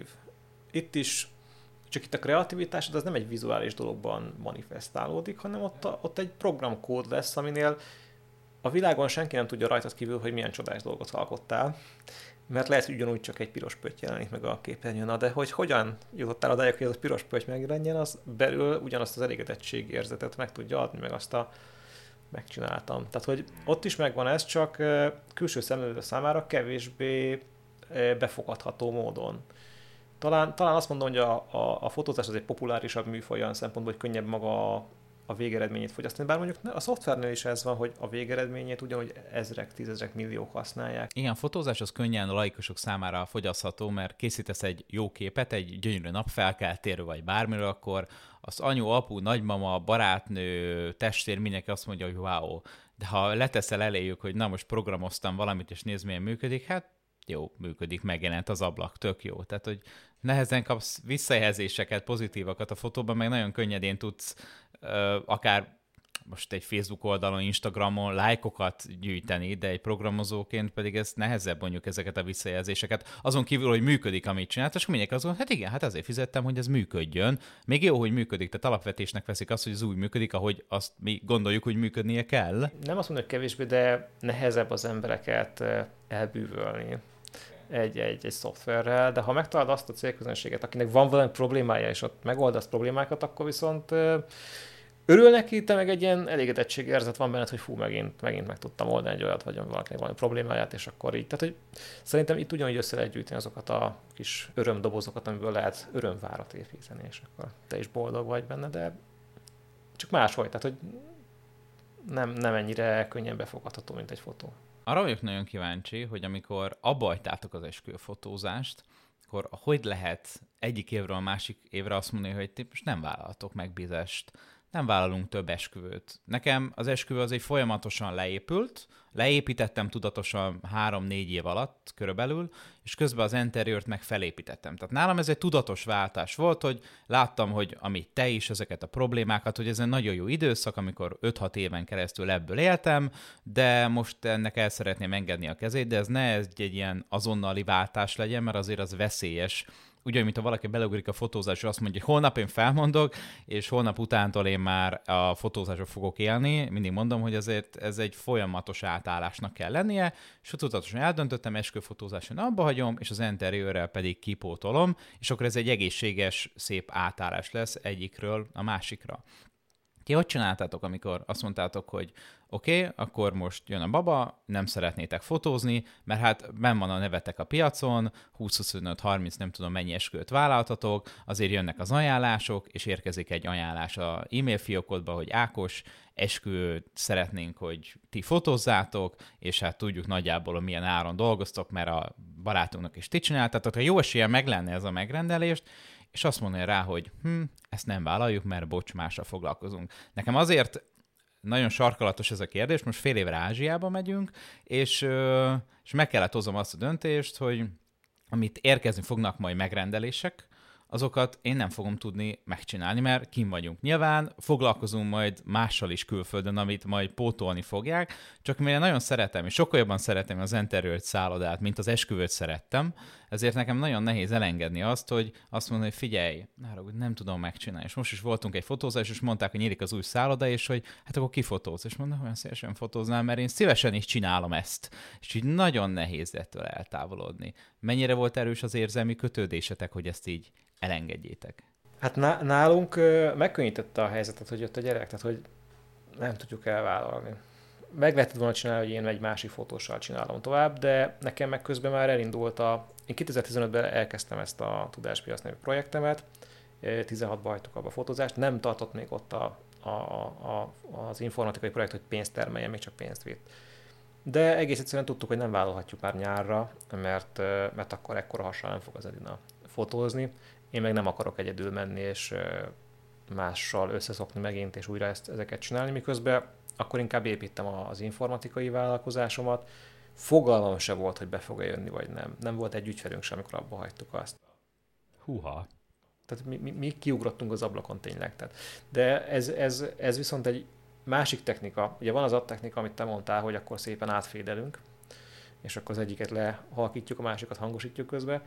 Csak itt a kreativitásod az nem egy vizuális dologban manifestálódik, hanem ott egy programkód lesz, aminél a világon senki nem tudja rajtad kívül, hogy milyen csodás dolgot alkottál, mert lehet, hogy ugyanúgy csak egy piros pötty jelenik meg a képernyőn. Na, de hogy hogyan jutottál odáig, hogy az a piros pötty megjelenjen, az belül ugyanazt az elégedettség-érzetet meg tudja adni, meg azt megcsináltam. Tehát, hogy ott is megvan ez, csak külső szemlélő számára kevésbé befogadható módon. Talán azt mondom, hogy a fotózás az egy populárisabb műfaj olyan szempontból, hogy könnyebb maga a végeredményét fogyasztani. Bár mondjuk a szoftvernél is ez van, hogy a végeredményét ugyanúgy ezrek, tízezrek, milliók használják. Igen, a fotózás az könnyen a laikusok számára fogyasztható, mert készítesz egy jó képet, egy gyönyörű napfelkeltérről vagy bármiről, akkor az anyu, apu, nagymama, barátnő, testvér, mindenki azt mondja, hogy wow. De ha leteszel eléjük, hogy na most programoztam valamit, és nézd, milyen működik, hát jó, működik, megjelent az ablak, tök jó. Tehát, hogy nehezen kapsz visszajelzéseket, pozitívakat a fotóban, meg nagyon könnyedén tudsz akár most egy Facebook oldalon, Instagramon lájkokat gyűjteni, de egy programozóként pedig ez nehezebb mondjuk ezeket a visszajelzéseket. Azon kívül, hogy működik, amit csinált, és mindenki azon, hát igen, hát azért fizettem, hogy ez működjön. Még jó, hogy működik, tehát alapvetésnek veszik azt, hogy ez úgy működik, ahogy azt mi gondoljuk, hogy működnie kell. Nem azt mondom, hogy kevésbé, de nehezebb az embereket elbűvölni egy szoftverrel, de ha megtalálod azt a célközönséget, akinek van valami problémája, és ott megoldasz problémákat, akkor viszont örül neki, te meg egy ilyen elégedettségérzet van benned, hogy megint meg tudtam oldani egy olyat, vagy valakinek valami problémáját, és akkor így. Tehát, hogy szerintem itt ugyanúgy össze lehet gyűjteni azokat a kis örömdobozokat, amiből lehet örömvárat építeni, és akkor te is boldog vagy benne, de csak máshogy, tehát, hogy nem ennyire könnyen befogadható, mint egy fotó. Arra vagyok nagyon kíváncsi, hogy amikor abba hagytátok az esküvőfotózást, akkor hogy lehet egyik évről a másik évre azt mondani, hogy ti most nem vállaltok megbízást, nem vállalunk több esküvőt. Nekem az esküvő az egy folyamatosan leépítettem tudatosan 3-4 év alatt körülbelül, és közben az interiört meg felépítettem. Tehát nálam ez egy tudatos váltás volt, hogy láttam, hogy amit te is, ezeket a problémákat, hogy ez egy nagyon jó időszak, amikor 5-6 éven keresztül ebből éltem, de most ennek el szeretném engedni a kezét, de ez ne egy ilyen azonnali váltás legyen, mert azért az veszélyes. Ugyan, mint ha valaki beleugrik a fotózásra, azt mondja, hogy holnap én felmondok, és holnap utántól én már a fotózásra fogok élni. Mindig mondom, hogy azért ez egy folyamatos átállásnak kell lennie, és tudatosan eldöntöttem, esküvőfotózáson abba hagyom, és az interiőrrel pedig kipótolom, és akkor ez egy egészséges, szép átállás lesz egyikről a másikra. Ti hogy csináltátok, amikor azt mondtátok, hogy oké, akkor most jön a baba, nem szeretnétek fotózni, mert hát benn van a nevetek a piacon, 20-25-30, nem tudom mennyi esküvőt vállaltatok, azért jönnek az ajánlások, és érkezik egy ajánlás a e-mail fiókodba, hogy Ákos, esküvőt szeretnénk, hogy ti fotózzátok, és hát tudjuk nagyjából, hogy milyen áron dolgoztok, mert a barátunknak is ti csináltatok. Ha jó eséllyel meg lenne ez a megrendelést, és azt mondja rá, hogy ezt nem vállaljuk, mert bocs, másra foglalkozunk. Nekem azért nagyon sarkalatos ez a kérdés, most fél évre Ázsiába megyünk, és meg kellett hoznom azt a döntést, hogy amit érkezni fognak majd megrendelések, azokat én nem fogom tudni megcsinálni, mert kim vagyunk. Nyilván foglalkozunk majd mással is külföldön, amit majd pótolni fogják, csak mivel nagyon szeretem, és sokkal jobban szeretem az interiőrt szállodát, mint az esküvőt szerettem, ezért nekem nagyon nehéz elengedni azt, hogy azt mondani, hogy figyelj, nem tudom megcsinálni. És most is voltunk egy fotózás, és mondták, hogy nyílik az új szálloda, és hogy hát akkor kifotóz. És mondom, olyan szívesen fotóznám, mert én szívesen is csinálom ezt. És így nagyon nehéz ettől eltávolodni. Mennyire volt erős az érzelmi kötődésetek, hogy ezt így elengedjétek? Hát nálunk megkönnyítette a helyzetet, hogy jött a gyerek, tehát hogy nem tudjuk elvállalni. Meg lehetett volna csinálni, hogy én egy másik fotóssal csinálom tovább, de nekem meg közben már elindult én 2015-ben elkezdtem ezt a Tudáspiac nevű projektemet, 16-ban hagytuk abba a fotózást, nem tartott még ott az informatikai projekt, hogy pénzt termeljen, még csak pénzt vitt. De egész egyszerűen tudtuk, hogy nem vállalhatjuk már nyárra, mert akkor ekkora hassal nem fog az Edina fotózni. Én meg nem akarok egyedül menni, és mással összeszokni megint, és újra ezeket csinálni, miközben akkor inkább építem az informatikai vállalkozásomat. Fogalmam se volt, hogy be fog jönni, vagy nem. Nem volt egy ügyfelünk sem, amikor abba hagytuk azt. Húha. Tehát mi kiugrottunk az ablakon tényleg. De ez viszont egy másik technika. Ugye van az a technika, amit te mondtál, hogy akkor szépen átfédelünk, és akkor az egyiket lehalkítjuk, a másikat hangosítjuk közben.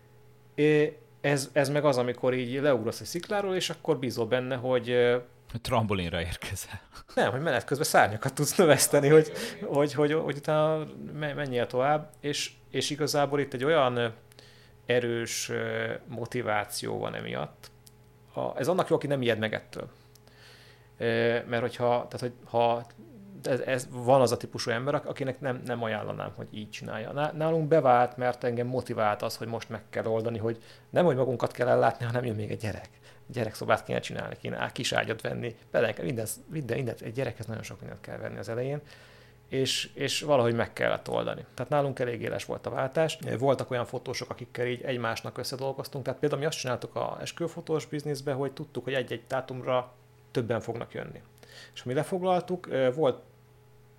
Ez meg az, amikor így leugrasz egy szikláról, és akkor bízol benne, hogy trambolinra érkezel. Nem, hogy menet közben szárnyakat tudsz növeszteni, hogy utána menjél tovább, és igazából itt egy olyan erős motiváció van emiatt. Ez annak jó, aki nem ijed meg ettől. Mert ha van az a típusú ember, akinek nem ajánlanám, hogy így csinálja. Nálunk bevált, mert engem motivált az, hogy most meg kell oldani, hogy nem, hogy magunkat kell ellátni, hanem jön még egy gyerek. Gyerekszobát kéne csinálni, kéne kis ágyat venni, mindent, egy gyerekhez nagyon sok mindent kell venni az elején, és valahogy meg kellett oldani. Tehát nálunk elég éles volt a váltás. Voltak olyan fotósok, akikkel így egymásnak összedolgoztunk, tehát például mi azt csináltuk a esküvőfotós bizniszbe, hogy tudtuk, hogy egy-egy dátumra többen fognak jönni. És mi lefoglaltuk, volt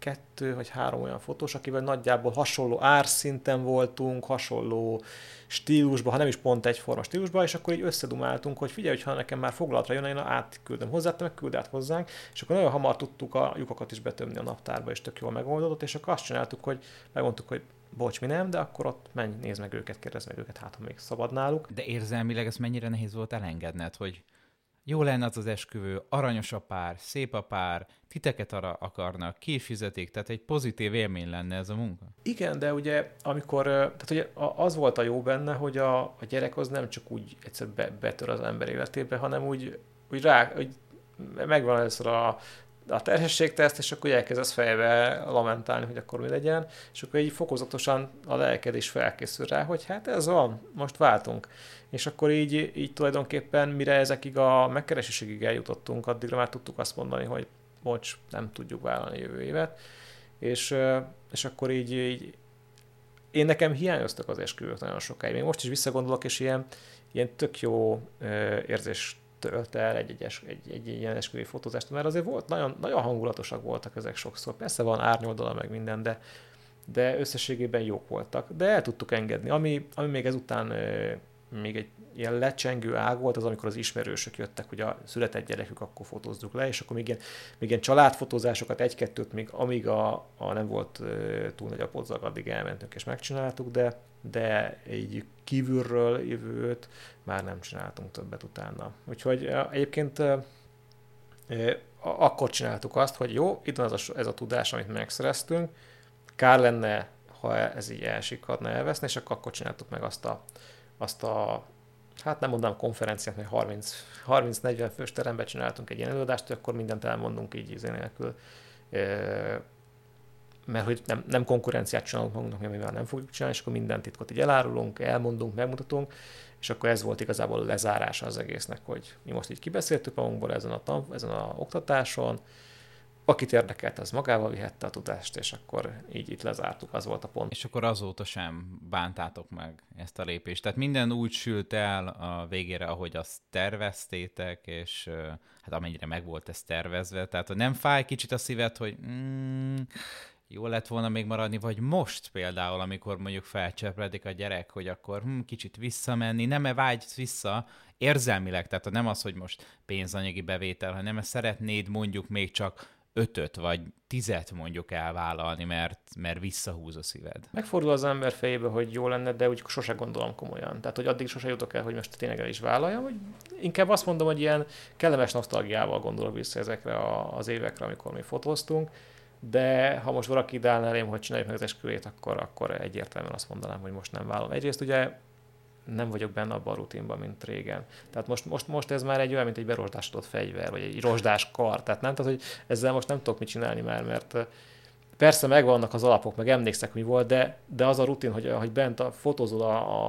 2 vagy 3 olyan fotós, akivel nagyjából hasonló árszinten voltunk, hasonló stílusban, ha nem is pont egyforma stílusban, és akkor így összedumáltunk, hogy figyelj, ha nekem már foglalatra jön, én átküldöm hozzá, te meg küld át hozzánk, és akkor nagyon hamar tudtuk a lyukakat is betömni a naptárba, és tök jól megoldódott, és akkor azt csináltuk, hogy megmondtuk, hogy bocs, mi nem, de akkor ott menj, nézd meg őket, kérdezd meg őket, hát ha még szabad náluk. De érzelmileg ez mennyire nehéz volt elengedned, hogy jó lenne az esküvő, aranyos a pár, szép a pár, titeket arra akarnak, ki is fizetik, tehát egy pozitív élmény lenne ez a munka. Igen, de ugye amikor, tehát ugye az volt a jó benne, hogy a gyerek az nem csak úgy egyszer betör az ember életébe, hanem úgy hogy megvan először a terhességteszt, és akkor elkezdesz fejbe lamentálni, hogy akkor mi legyen, és akkor így fokozatosan a lelked is felkészül rá, hogy hát ez van, most váltunk. És akkor így tulajdonképpen, mire ezekig a megkereséségig eljutottunk, addigra már tudtuk azt mondani, hogy bocs, nem tudjuk vállalni jövő évet. És akkor így én nekem hiányoztak az esküvők nagyon sokáig. Még most is visszagondolok, és ilyen tök jó érzés tölt el egy ilyen esküvői fotózást, mert azért volt, nagyon, nagyon hangulatosak voltak ezek sokszor. Persze van árnyoldala meg minden, de összességében jók voltak. De el tudtuk engedni. Ami még ezután még egy ilyen lecsengő ág volt, az amikor az ismerősök jöttek, hogy a született gyerekük, akkor fotózzuk le, és akkor még ilyen családfotózásokat, egy-kettőt, amíg a nem volt túl nagy a podzag, addig elmentünk és megcsináltuk, de így kívülről jövőt már nem csináltunk többet utána. Úgyhogy egyébként akkor csináltuk azt, hogy jó, itt van ez a tudás, amit megszereztünk, kár lenne, ha ez így elsikadna, elveszne, és akkor csináltuk meg azt a hát nem mondanám konferenciát, mert 30-40 fős teremben csináltunk egy ilyen előadást, hogy akkor mindent elmondunk így izé nélkül, mert hogy nem konkurenciát csinálunk magunknak, amivel nem fogjuk csinálni, és akkor minden titkot így elárulunk, elmondunk, megmutatunk, és akkor ez volt igazából a lezárása az egésznek, hogy mi most így kibeszéltük magunkból ezen a oktatáson, akit érdekelt, az magával vihette a tudást, és akkor így itt lezártuk, az volt a pont. És akkor azóta sem bántátok meg ezt a lépést. Tehát minden úgy sült el a végére, ahogy azt terveztétek, és hát amennyire meg volt ez tervezve. Tehát nem fáj kicsit a szíved, hogy jó lett volna még maradni, vagy most például, amikor mondjuk felcsepledik a gyerek, hogy akkor kicsit visszamenni, nem vágysz vissza érzelmileg, tehát nem az, hogy most pénzanyagi bevétel, hanem szeretnéd mondjuk még csak 5 vagy 10 mondjuk elvállalni, mert visszahúz a szíved. Megfordul az ember fejébe, hogy jó lenne, de úgy sose gondolom komolyan. Tehát, hogy addig sose jutok el, hogy most tényleg el is vállaljam, hogy inkább azt mondom, hogy ilyen kellemes nosztalgiával gondolok vissza ezekre az évekre, amikor mi fotóztunk, de ha most valaki ideálna elém, hogy csináljuk meg az esküvét, akkor egyértelműen azt mondanám, hogy most nem vállalom. Egyrészt ugye nem vagyok benne abban a rutinban, mint régen. Tehát most ez már egy olyan, mint egy berosdásodott fegyver, vagy egy rozsdás kar. Tehát nem, tehát, hogy ezzel most nem tudok mit csinálni már, mert persze megvannak az alapok, meg emlékszek, mi volt, de az a rutin, hogy bent fotózol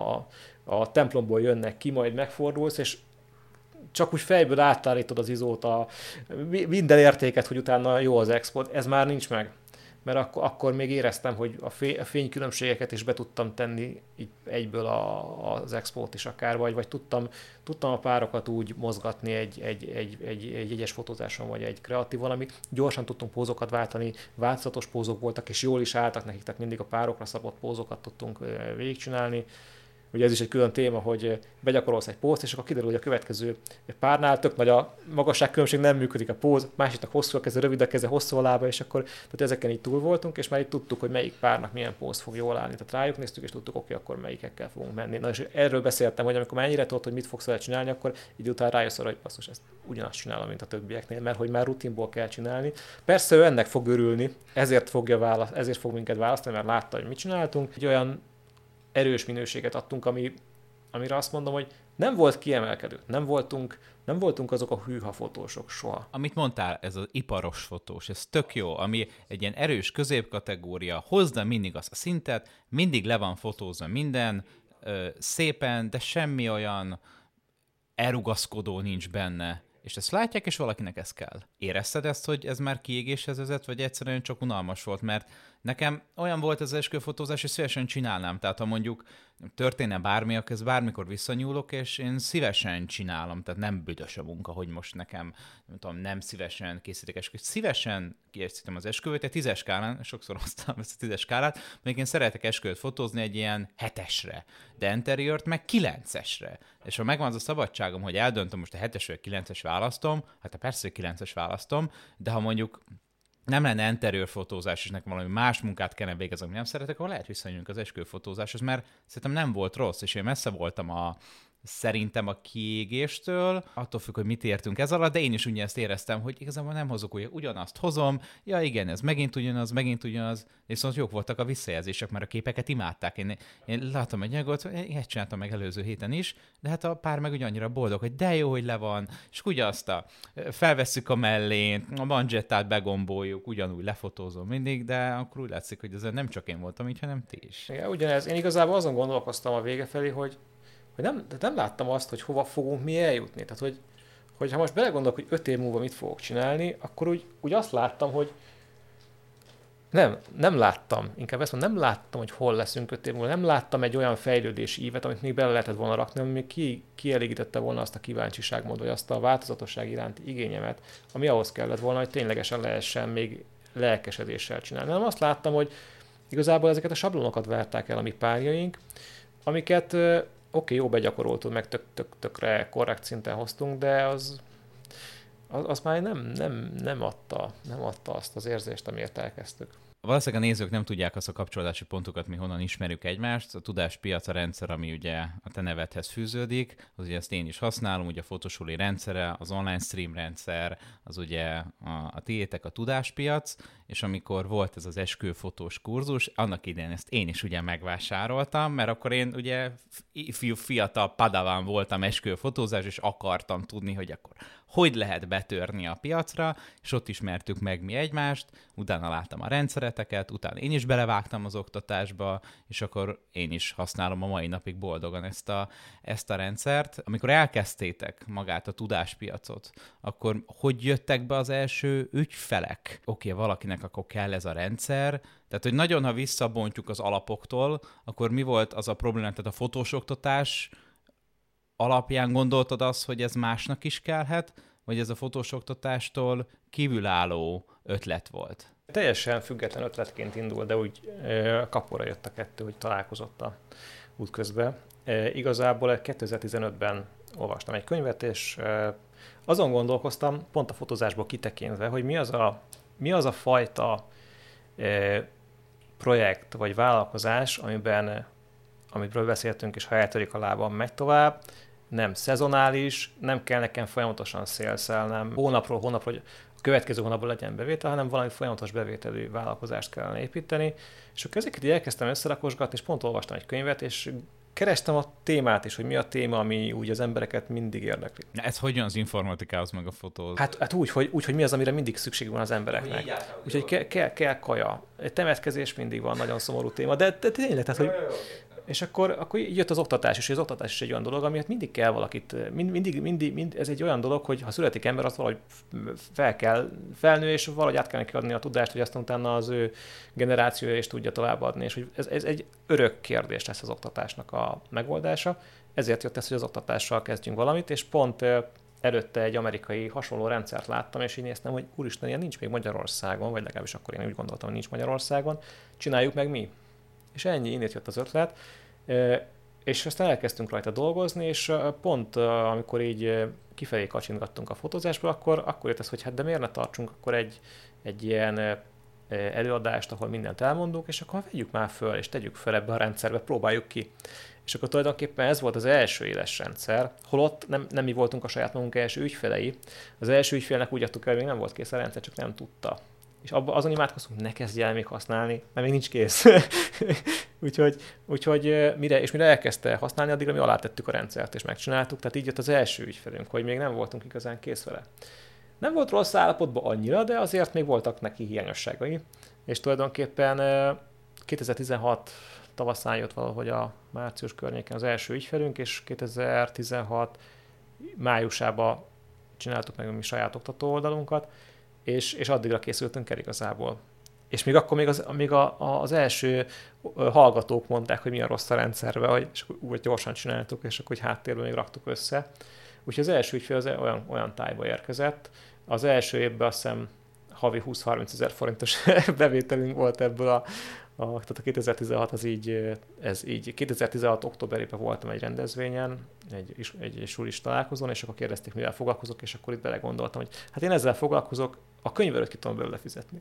a templomból jönnek ki, majd megfordulsz, és csak úgy fejből átállítod az izót, minden értéket, hogy utána jó az export, ez már nincs meg. Mert akkor még éreztem, hogy a fénykülönbségeket is be tudtam tenni így egyből az expót is akár, vagy tudtam a párokat úgy mozgatni egy jegyes fotózáson, vagy egy kreatívon, ami gyorsan tudtunk pózokat váltani, változatos pózok voltak, és jól is álltak nekik, tehát mindig a párokra szabott pózokat tudtunk végigcsinálni. Ugye ez is egy külön téma, hogy begyakorolsz egy pózt, és akkor kiderül, hogy a következő párnál tök nagy a magasságkülönbség, nem működik a póz, másiknak hosszú a keze, rövid a keze, hosszú a lába, és akkor tehát ezeken így túl voltunk, és már így tudtuk, hogy melyik párnak milyen póz fog jól állni. Tehát rájuk néztük, és tudtuk, oké, akkor melyikekkel fogunk menni. Na és erről beszéltem, hogy amikor már ennyire tudod, hogy mit fogsz vele csinálni, akkor idő után rájössz arra, hogy basszus, ezt ugyanazt csinálom, mint a többieknél, mert hogy már rutinból kell csinálni. Persze ő ennek fog örülni, ezért fog minket választani, mert látta, hogy mit csináltunk. Egy olyan erős minőséget adtunk, amire azt mondom, hogy nem volt kiemelkedő, nem voltunk azok a hűha fotósok soha. Amit mondtál, ez az iparos fotós, ez tök jó, ami egy ilyen erős középkategória, hozza mindig azt a szintet, mindig le van fotózva minden, szépen, de semmi olyan elrugaszkodó nincs benne. És ezt látják, és valakinek ez kell. Érezted ezt, hogy ez már kiégéshez vezet, vagy egyszerűen csak unalmas volt? Mert nekem olyan volt az esküvőfotózás, hogy szívesen csinálnám. Tehát ha mondjuk történne bármi, akkor ezt bármikor visszanyúlok, és én szívesen csinálom, tehát nem büdös a munka, hogy most nekem, nem tudom, nem szívesen készítek esküvőt. Szívesen készítem az esküvőt, egy 10-es skálán, sokszor hoztam ezt a 10-es skálát, még én szeretek esküvőt fotózni egy ilyen 7-esre, de interiört meg 9-esre. És ha megvan az a szabadságom, hogy eldöntöm most a 7-es vagy 9-es választom, hát persze, hogy 9-es választom, de ha mondjuk nem lenne interiőr fotózás, és nekem valami más munkát kellene végeznem, ami nem szeretek, akkor lehet visszajönünk az esküvőfotózáshoz, mert szerintem nem volt rossz, és én messze voltam szerintem a kiégéstől, attól függ, hogy mit értünk ez alatt, de én is ugye ezt éreztem, hogy igazából nem hozok ugyanazt hozom, ja igen, ez megint ugyanaz, viszont jók voltak a visszajelzések, mert a képeket imádták. Én látom egy anyagot, ezt csináltam meg előző héten is, de hát a pár meg ugye annyira boldog, hogy de jó, hogy le van, és ugye felvesszük a mellén, a manzsettát begomboljuk, ugyanúgy lefotózom mindig, de akkor úgy látszik, hogy ez nem csak én voltam így, hanem ti is. Igen, ugyanez. Én igazából azon gondolkoztam a vége felé, hogy nem láttam azt, hogy hova fogunk mi eljutni. Tehát, hogy ha most belegondolok, hogy 5 év múlva mit fogok csinálni, akkor úgy azt láttam, hogy nem láttam, inkább ezt mondom, nem láttam, hogy hol leszünk 5 év múlva, nem láttam egy olyan fejlődési ívet, amit még bele lehetett volna rakni, ami még kielégítette volna azt a kíváncsiságmódot, vagy azt a változatosság iránti igényemet, ami ahhoz kellett volna, hogy ténylegesen lehessen még lelkesedéssel csinálni. Nem azt láttam, hogy igazából ezeket a sablonokat várták el a mi párjaink, amiket jó, begyakoroltad, meg tökre korrekt szinten hoztunk, de az már nem adta azt az érzést, amiért elkezdtük. Valószínűleg a nézők nem tudják azt a kapcsolódási pontokat, mi honnan ismerjük egymást. A tudáspiac a rendszer, ami ugye a te nevedhez fűződik, az ugye ezt én is használom, ugye a Photosuli rendszere, az online stream rendszer, az ugye a tiétek a tudáspiac, és amikor volt ez az esküvőfotós kurzus, annak idején ezt én is ugye megvásároltam, mert akkor én ugye fiatal padaván voltam esküvőfotózás, és akartam tudni, hogy akkor hogy lehet betörni a piacra, és ott ismertük meg mi egymást, utána láttam a rendszereteket, utána én is belevágtam az oktatásba, és akkor én is használom a mai napig boldogan ezt a rendszert. Amikor elkezdtétek magát a tudáspiacot, akkor hogy jöttek be az első ügyfelek? Valakinek akkor kell ez a rendszer, tehát, hogy nagyon, ha visszabontjuk az alapoktól, akkor mi volt az a probléma, tehát a fotós oktatás alapján gondoltad azt, hogy ez másnak is kellhet, vagy ez a fotós oktatástól kívülálló ötlet volt? Teljesen független ötletként indul, de úgy kapóra jött a kettő, hogy találkozott a útközben. Igazából 2015-ben olvastam egy könyvet, és azon gondolkoztam, pont a fotózásból kitekintve, hogy mi az a fajta projekt vagy vállalkozás, amiről beszéltünk, és ha eltörik a lábam, megy tovább, nem szezonális, nem kell nekem folyamatosan szélszelnem, hónapról hónapra, hogy a következő hónapban legyen bevétel, hanem valami folyamatos bevételű vállalkozást kellene építeni. És akkor ezeket így elkezdtem összerakosgatni, és pont olvastam egy könyvet, és kerestem a témát is, hogy mi a téma, ami úgy az embereket mindig érdekli. Ez hogyan az informatikához meg a fotóhoz? Hát úgy, hogy mi az, amire mindig szükség van az embereknek. Úgyhogy kell kaja. Egy temetkezés mindig van, nagyon szomorú téma, de tényleg, tehát, hogy... És akkor jött az oktatás, és az oktatás is egy olyan dolog, amiért mindig kell valakit, mindig, ez egy olyan dolog, hogy ha születik ember, azt valahogy felnő, és valahogy át kell neki adni a tudást, hogy aztán utána az ő generációja is tudja továbbadni, és hogy ez egy örök kérdés lesz az oktatásnak a megoldása. Ezért jött ez, hogy az oktatással kezdjünk valamit, és pont előtte egy amerikai hasonló rendszert láttam, és így néztem, hogy úristen, ilyen nincs még Magyarországon, vagy legalábbis akkor én úgy gondoltam, hogy nincs Magyarországon, csináljuk meg mi. És ennyi, innét jött az ötlet, és aztán elkezdtünk rajta dolgozni, és pont amikor így kifelé kacsintgattunk a fotózásból, akkor jött ez, hogy hát de miért ne tartsunk akkor egy ilyen előadást, ahol mindent elmondunk, és akkor vegyük már föl, és tegyük föl ebbe a rendszerbe, próbáljuk ki. És akkor tulajdonképpen ez volt az első éles rendszer, holott nem mi voltunk a saját magunk első ügyfelei. Az első ügyfélnek úgy adtuk el, hogy még nem volt kész a rendszer, csak nem tudta. És azon imádkoztunk, ne kezdj el még használni, mert még nincs kész. úgyhogy mire elkezdte használni, addigra mi alátettük a rendszert, és megcsináltuk. Tehát így jött az első ügyfelünk, hogy még nem voltunk igazán kész vele. Nem volt rossz állapotban annyira, de azért még voltak neki hiányosságai. És tulajdonképpen 2016 tavaszán jött valahogy a március környéken az első ügyfelünk, és 2016 májusában csináltuk meg a mi saját oktató oldalunkat, és addigra készültünk el igazából. És még akkor az első hallgatók mondták, hogy mi a rossz a rendszerben, és úgy gyorsan csináltuk, és akkor háttérben még raktuk össze. Úgyhogy az első ügyfél az olyan tájba érkezett. Az első évben azt hiszem havi 20-30 ezer forintos bevételünk volt ebből tehát a 2016 ez így 2016 októberében voltam egy rendezvényen, egy sulis találkozón, és akkor kérdezték, mivel foglalkozok, és akkor itt belegondoltam, hogy hát én ezzel foglalkozok, a könyvelőt ki tudom belőle fizetni.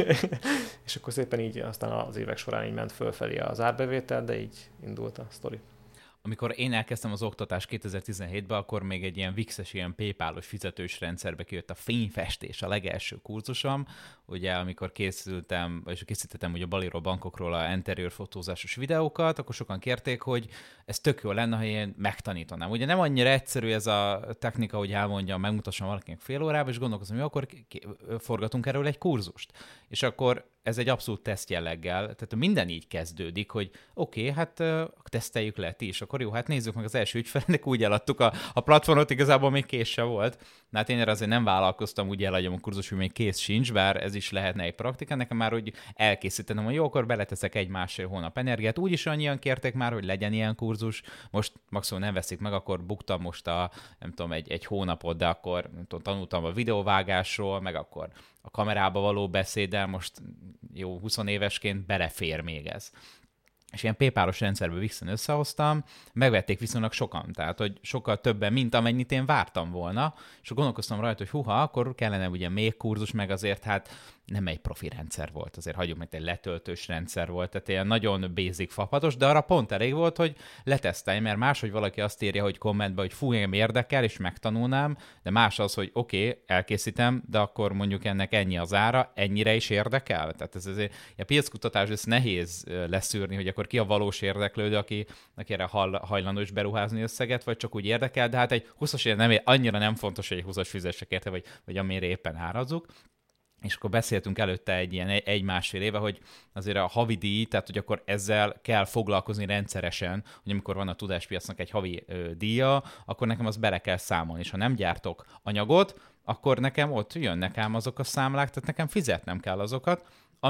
És akkor szépen így aztán az évek során így ment fölfelé az árbevétel, de így indult a sztori. Amikor én elkezdtem az oktatást 2017-ben, akkor még egy ilyen Wix-es, ilyen PayPal-os fizetős rendszerbe kijött a fényfestés, a legelső kurzusom. Ugye, amikor készítettem ugye a Baliro bankokról a interiőr fotózásos videókat, akkor sokan kérték, hogy ez tök jó lenne, ha én megtanítanám. Ugye nem annyira egyszerű ez a technika, hogy elmondjam, megmutassam valakinek fél órába, és gondolkozom, hogy akkor forgatunk erről egy kurzust. És akkor ez egy abszolút teszt jelleggel, tehát minden így kezdődik, hogy oké, hát teszteljük le ti is, akkor jó, hát nézzük meg az első ügyfelnek, úgy eladtuk a platformot, igazából még kész se volt. Na hát én erre azért nem vállalkoztam, úgy eladjam a kurzus, hogy még kész sincs, bár ez is lehetne egy praktika, nekem már úgy elkészítenem, hogy jó, akkor beleteszek 1-1,5 hónap energiát, úgyis annyian kérték már, hogy legyen ilyen kurzus, most maximum nem veszik meg, akkor buktam most nem tudom, egy hónapot, de akkor nem tudom, tanultam a videóvágásról, meg akkor a kamerába való beszéddel, most jó 20 évesként belefér még ez. És ilyen PayPal-os rendszerből Wixen összehoztam, megvették viszonylag sokan, tehát hogy sokkal többen, mint amennyit én vártam volna, és gondolkoztam rajta, hogy akkor kellene ugye még kurzus, meg azért hát nem egy profi rendszer volt, azért hagyjuk meg, egy letöltős rendszer volt, tehát ilyen nagyon basic fapados, de arra pont elég volt, hogy letesztelj, mert máshogy valaki azt írja, hogy kommentben, hogy fú, engem érdekel, és megtanulnám, de más az, hogy oké, elkészítem, de akkor mondjuk ennek ennyi az ára, ennyire is érdekel? Tehát ez azért, a piackutatás, ez nehéz leszűrni, hogy akkor ki a valós érdeklődő, aki erre hajlandó is beruházni összeget, vagy csak úgy érdekel, de hát egy 20-as annyira nem fontos, hogy egy 20-as fizessek érte, vagy amire éppen árazzuk. És akkor beszéltünk előtte egy ilyen 1-1,5 éve, hogy azért a havidíj, tehát hogy akkor ezzel kell foglalkozni rendszeresen, hogy amikor van a tudáspiacnak egy havi díja, akkor nekem azt bele kell számolni, és ha nem gyártok anyagot, akkor nekem ott jönnek ám azok a számlák, tehát nekem fizetnem kell azokat,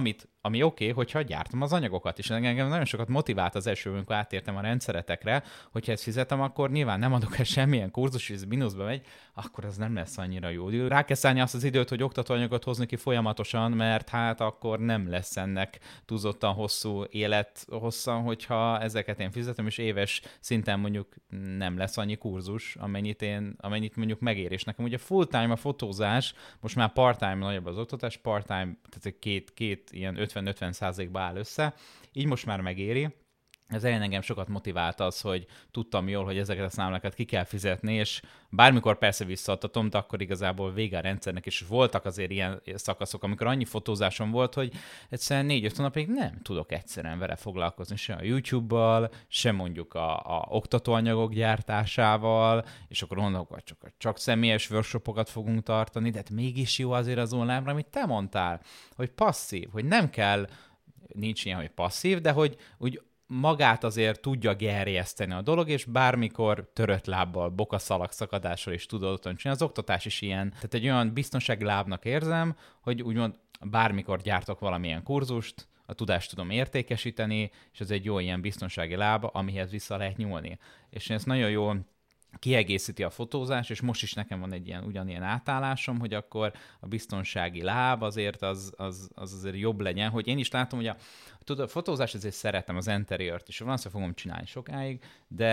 ami oké, hogyha gyártom az anyagokat, és engem nagyon sokat motivált az első, amikor átértem a rendszeretekre, hogyha ezt fizetem, akkor nyilván nem adok el semmilyen kurzus, és ez mínuszba megy, akkor az nem lesz annyira jó. Rá kell szállni azt az időt, hogy oktatóanyagot hozni ki folyamatosan, mert hát akkor nem lesz ennek túlzottan hosszú élethosszan, hogyha ezeket én fizetem, és éves szinten mondjuk nem lesz annyi kurzus, amennyit mondjuk megér. És nekem ugye full-time a fotózás, most már part-time nagyobb az oktatás, part-time, tehát két ilyen 50-50%-ba áll össze, így most már megéri. Ez engem sokat motivált az, hogy tudtam jól, hogy ezeket a számlákat ki kell fizetni, és bármikor persze visszaadtatom, de akkor igazából vége a rendszernek, és voltak azért ilyen szakaszok, amikor annyi fotózásom volt, hogy egyszerűen 4-5 hónapig nem tudok egyszerűen vele foglalkozni, se a YouTube-bal, se mondjuk a oktatóanyagok gyártásával, és akkor mondom, hogy csak személyes workshopokat fogunk tartani, de hát mégis jó azért az online-ra, amit te mondtál, hogy passzív, hogy nem kell, nincs ilyen, hogy passzív, de hogy úgy magát azért tudja gerjeszteni a dolog, és bármikor törött lábbal, bokaszalag szakadással is tudod otthon csinálni. Az oktatás is ilyen. Tehát egy olyan biztonsági lábnak érzem, hogy úgymond bármikor gyártok valamilyen kurzust, a tudást tudom értékesíteni, és ez egy jó ilyen biztonsági lába, amihez vissza lehet nyúlni. És ez nagyon jó kiegészíti a fotózás, és most is nekem van egy ugyanilyen átállásom, hogy akkor a biztonsági láb azért az azért jobb legyen, hogy én is látom, hogy a fotózás azért szeretem az interiört is, valószínűleg fogom csinálni sokáig,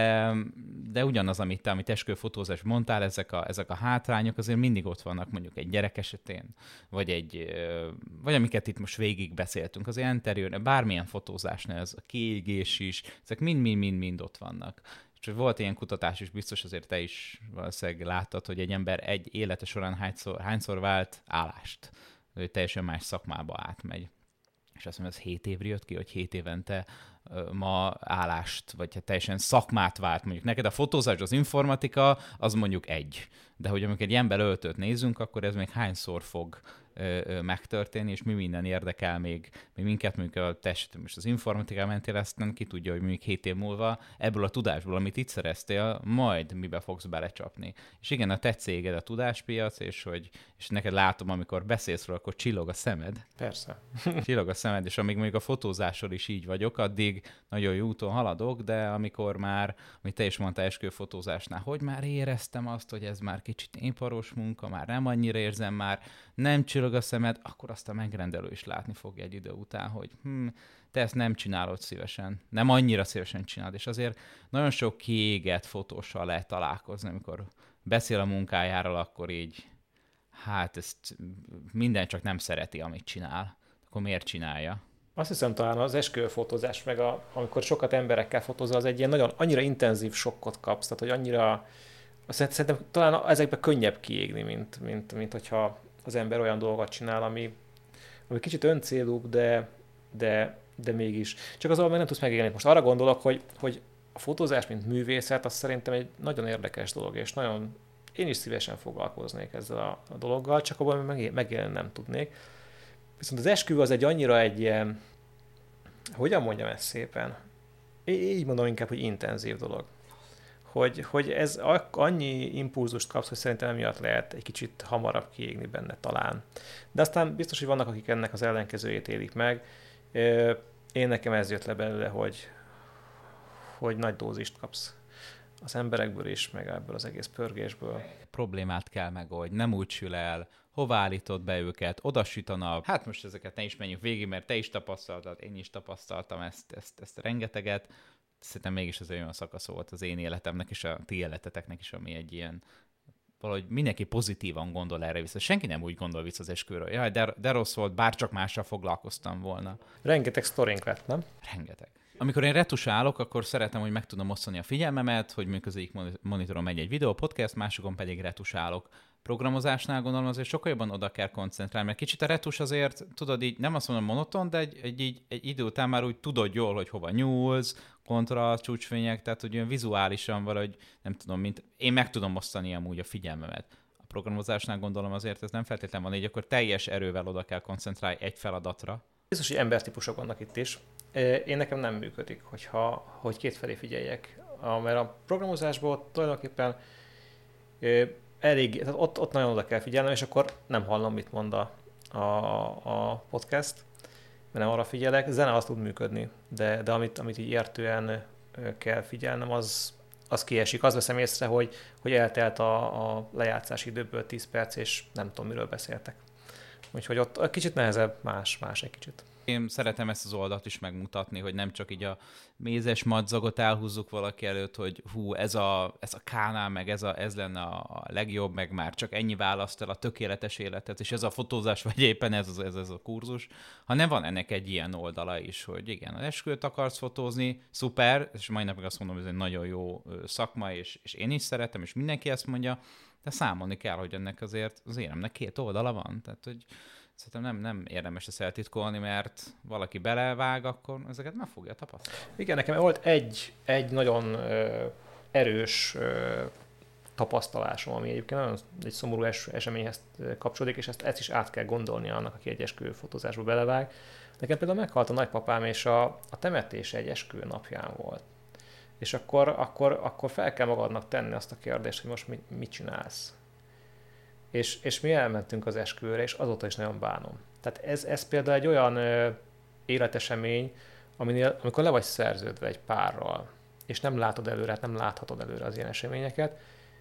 de ugyanaz, amit esküvőfotózás mondtál, ezek a hátrányok azért mindig ott vannak mondjuk egy gyerek esetén, vagy amiket itt most végig beszéltünk, az interiőr, bármilyen fotózásnál, ez a kiégés is, ezek mind ott vannak. És volt ilyen kutatás is, biztos azért te is valószínűleg láttad, hogy egy ember egy élete során hányszor vált állást, hogy teljesen más szakmába átmegy. És azt mondom, ez 7 évre jött ki, hogy 7 évente ma állást, vagy teljesen szakmát vált. Mondjuk neked a fotózás, az informatika, az mondjuk de hogy amikor egy emberöltőt nézzünk, akkor ez még hányszor fog megtörténni, és mi minden érdekel még minket, mondjuk a test, most az informatika mentél, aztán ki tudja, hogy mondjuk 7 év múlva ebből a tudásból, amit itt szereztél, majd mibe fogsz belecsapni. És igen, a te céged a tudáspiac, és neked látom, amikor beszélsz róla, akkor csillog a szemed. Persze. Csillog a szemed, és amíg mondjuk a fotózásról is így vagyok, addig nagyon jó úton haladok, de amikor már, amit te is mondtál esküvőfotózásnál, hogy már éreztem azt, hogy ez már kicsit iparos munka, már nem annyira érzem, már nem csillog a szemed, akkor azt a megrendelő is látni fogja egy idő után, hogy te ezt nem csinálod szívesen, nem annyira szívesen csinálod, és azért nagyon sok kiégett fotóssal lehet találkozni, amikor beszél a munkájáról, akkor így, hát ezt minden csak nem szereti, amit csinál, akkor miért csinálja? Azt hiszem talán az esküvőfotózás, meg amikor sokat emberekkel fotózol, az egy ilyen nagyon, annyira intenzív sokkot kapsz, tehát hogy annyira, szerintem talán ezekben könnyebb kiégni, mint hogyha az ember olyan dolgot csinál, ami kicsit öncélúbb, de mégis. Csak azon meg nem tudsz megélni. Most arra gondolok, hogy a fotózás, mint művészet, az szerintem egy nagyon érdekes dolog, és nagyon én is szívesen foglalkoznék ezzel a dologgal, csak abban megélni nem tudnék. Viszont az esküvő az egy ilyen, hogyan mondjam ezt szépen? Így mondom inkább, hogy intenzív dolog. Hogy ez annyi impulzust kapsz, hogy szerintem emiatt lehet egy kicsit hamarabb kiégni benne talán. De aztán biztos, hogy vannak, akik ennek az ellenkezőjét élik meg. Én nekem ez jött le belőle, hogy nagy dózist kapsz az emberekből is, meg ebből az egész pörgésből. Problémát kell megoldni, nem úgy sül el, hová állítod be őket, odasítanak. Hát most ezeket ne is menjünk végig, mert te is tapasztaltad, én is tapasztaltam ezt rengeteget. Szerintem mégis az olyan szakasz volt az én életemnek és a ti életeteknek is, ami egy ilyen, valahogy mindenki pozitívan gondol erre vissza. Senki nem úgy gondol vissza az esküvőről. Jaj, de rossz volt, bárcsak mással foglalkoztam volna. Rengeteg sztorink lett, nem? Rengeteg. Amikor én retusálok, akkor szeretem, hogy meg tudom osztani a figyelmemet, hogy mondjuk az egyik monitoron megy egy videó, podcast, másokon pedig retusálok. Programozásnál gondolom azért sokkal jobban oda kell koncentrálni, mert kicsit a retus azért, tudod így, nem azt mondom monoton, de egy idő után már úgy tudod jól, hogy hova nyúlsz, kontra, csúcsfények, tehát hogy olyan vizuálisan valahogy, nem tudom, mint én meg tudom osztani amúgy a figyelmemet. A programozásnál gondolom azért ez nem feltétlenül van így, akkor teljes erővel oda kell koncentrálni egy feladatra. Biztos, hogy embertípusok vannak itt is. Én nekem nem működik, hogy kétfelé figyeljek. Mert a programozásból tulajdonképpen elég, tehát ott nagyon oda kell figyelnem, és akkor nem hallom, mit mond a podcast, mert nem arra figyelek. Zene az tud működni, de amit így értően kell figyelnem, az kiesik. Az veszem észre, hogy eltelt a lejátszási időből 10 perc, és nem tudom, miről beszéltek. Úgyhogy ott kicsit nehezebb, más egy kicsit. Én szeretem ezt az oldalt is megmutatni, hogy nem csak így a mézes madzagot elhúzzuk valaki előtt, hogy hú, ez a kánál, meg ez lenne a legjobb, meg már csak ennyi választ el a tökéletes életet, és ez a fotózás, vagy éppen ez a kurzus, hanem van ennek egy ilyen oldala is, hogy igen, az esküvőt akarsz fotózni, szuper, és mai napig azt mondom, hogy ez egy nagyon jó szakma, és én is szeretem, és mindenki ezt mondja, de számolni kell, hogy ennek azért az éremnek 2 oldala van, tehát hogy szerintem nem érdemes ezt eltitkolni, mert valaki belevág, akkor ezeket meg fogja tapasztalni. Igen, nekem volt egy nagyon erős tapasztalásom, ami egyébként nagyon egy szomorú eseményhez kapcsolódik, és ezt is át kell gondolni annak, aki egy esküvőfotózásba belevág. Nekem például meghalt a nagypapám, és a temetése egy esküvő napján volt. És akkor fel kell magadnak tenni azt a kérdést, hogy most mit csinálsz. És mi elmentünk az esküvőre, és azóta is nagyon bánom. Tehát ez például egy olyan életesemény, amikor le vagy szerződve egy párral, és nem látod előre, hát nem láthatod előre az ilyen eseményeket,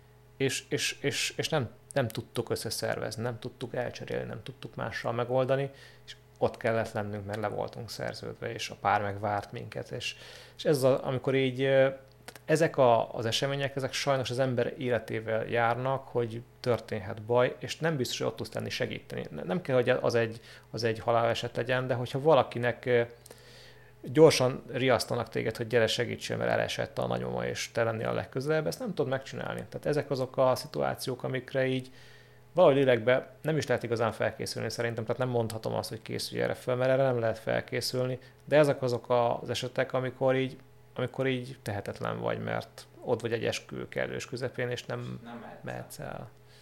és nem tudtuk összeszervezni, nem tudtuk elcserélni, nem tudtuk mással megoldani, és ott kellett lennünk, mert le voltunk szerződve, és a pár megvárt minket. És ez amikor így ezek az események, ezek sajnos az ember életével járnak, hogy történhet baj, és nem biztos, hogy ott tudsz lenni segíteni. Nem kell, hogy az egy haláleset legyen, de hogyha valakinek gyorsan riasztanak téged, hogy gyere segítsél, mert elesett a nagymama, és te lennél a legközelebb, ezt nem tudod megcsinálni. Tehát ezek azok a szituációk, amikre így valahogy lélekben nem is lehet igazán felkészülni szerintem, tehát nem mondhatom azt, hogy készülj erre fel, mert erre nem lehet felkészülni, de ezek azok az esetek, amikor így tehetetlen vagy, mert ott vagy egy esküvő kellős közepén, és nem mehetsz el.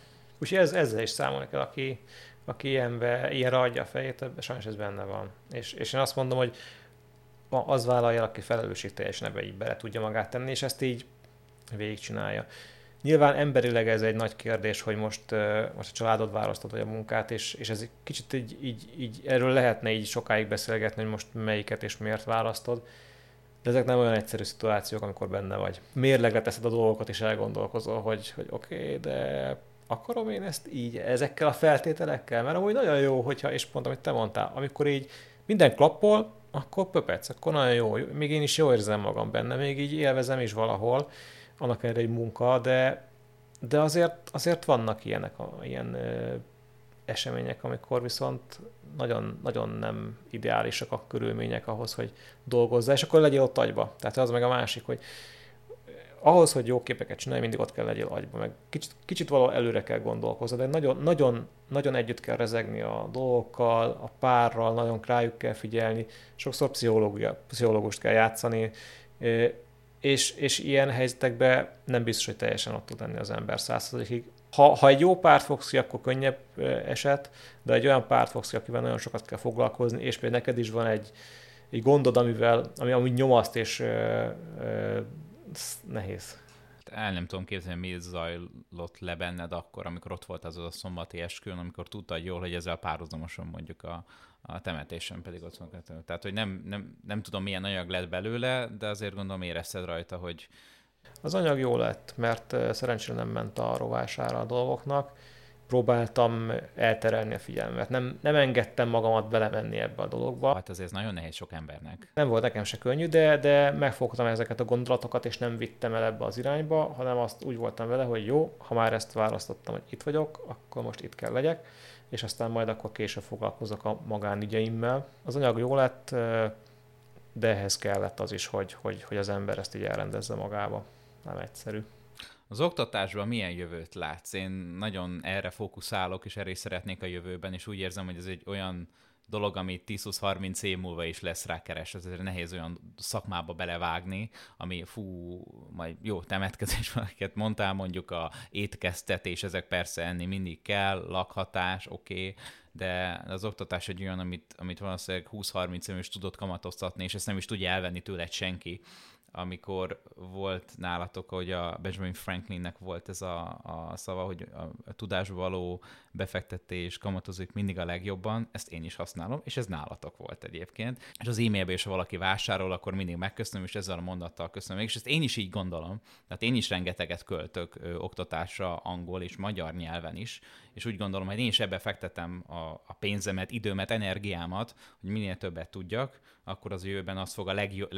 Úgyhogy ezzel is számolni kell, aki ilyenre adja a fejét, sajnos ez benne van. És én azt mondom, hogy az vállalja, aki felelősségteljesen ebbe így bele tudja magát tenni, és ezt így végigcsinálja. Nyilván emberileg ez egy nagy kérdés, hogy most a családod választod, vagy a munkát, és ez egy kicsit így erről lehetne így sokáig beszélgetni, hogy most melyiket és miért választod, de ezek nem olyan egyszerű szituációk, amikor benne vagy. Mérlegre teszed a dolgokat, és elgondolkozol, hogy oké, de akarom én ezt így, ezekkel a feltételekkel? Mert amúgy nagyon jó, hogyha, és pont amit te mondtál, amikor így minden klappol, akkor pöpec, akkor nagyon jó. Még én is jól érzem magam benne, még így élvezem is valahol, annak ellenére egy munka, de azért vannak ilyen események, amikor viszont nagyon, nagyon nem ideálisak a körülmények ahhoz, hogy dolgozzál, és akkor legyél ott agyba. Tehát az meg a másik, hogy ahhoz, hogy jó képeket csinálj, mindig ott kell legyél agyba, meg kicsit valahol előre kell gondolkozni, de nagyon, nagyon, nagyon együtt kell rezegni a dolgokkal, a párral, nagyon rájuk kell figyelni, sokszor pszichológust kell játszani, és ilyen helyzetekben nem biztos, hogy teljesen ott tud lenni az ember 100%-ig. Ha egy jó párt fogsz ki, akkor könnyebb eset, de egy olyan párt fogsz ki, akivel nagyon sokat kell foglalkozni, és például neked is van egy gondod, ami amúgy nyomaszt, és nehéz. El nem tudom képzelni, mi zajlott le benned akkor, amikor ott volt az a szombati esküvőn, amikor tudtad jól, hogy ezzel párhuzamosan mondjuk a temetésen pedig ott van. Tehát, hogy nem tudom, milyen anyag lett belőle, de azért gondolom érezted rajta, hogy... Az anyag jó lett, mert szerencsére nem ment a rovására a dolgoknak. Próbáltam elterelni a figyelmet. Nem engedtem magamat belemenni ebbe a dologba. Hát azért ez nagyon nehéz sok embernek. Nem volt nekem se könnyű, de megfogtam ezeket a gondolatokat, és nem vittem el ebbe az irányba, hanem azt úgy voltam vele, hogy jó, ha már ezt választottam, hogy itt vagyok, akkor most itt kell legyek, és aztán majd akkor később foglalkozok a magánügyeimmel. Az anyag jó lett, de ehhez kellett az is, hogy az ember ezt így elrendezze magába. Nem egyszerű. Az oktatásban milyen jövőt látsz? Én nagyon erre fókuszálok, és erre is szeretnék a jövőben, és úgy érzem, hogy ez egy olyan dolog, ami 10-20-30 év múlva is lesz rá keres. Ezért nehéz olyan szakmába belevágni, ami majd jó temetkezés valakiket mondtál, mondjuk a étkeztetés, ezek persze enni mindig kell, lakhatás, oké, de az oktatás egy olyan, amit valószínűleg 20-30 év is tudod kamatoztatni, és ezt nem is tudja elvenni tőled senki. Amikor volt nálatok, hogy a Benjamin Franklinnek volt ez a szava, hogy a tudásba való befektetés kamatozik mindig a legjobban, ezt én is használom, és ez nálatok volt egyébként. És az e-mailben is, ha valaki vásárol, akkor mindig megköszönöm, és ezzel a mondattal köszönöm. És ezt én is így gondolom. Tehát én is rengeteget költök oktatásra angol és magyar nyelven is, és úgy gondolom, hogy én is ebbe fektetem a pénzemet, időmet, energiámat, hogy minél többet tudjak, akkor az jövőben az fog a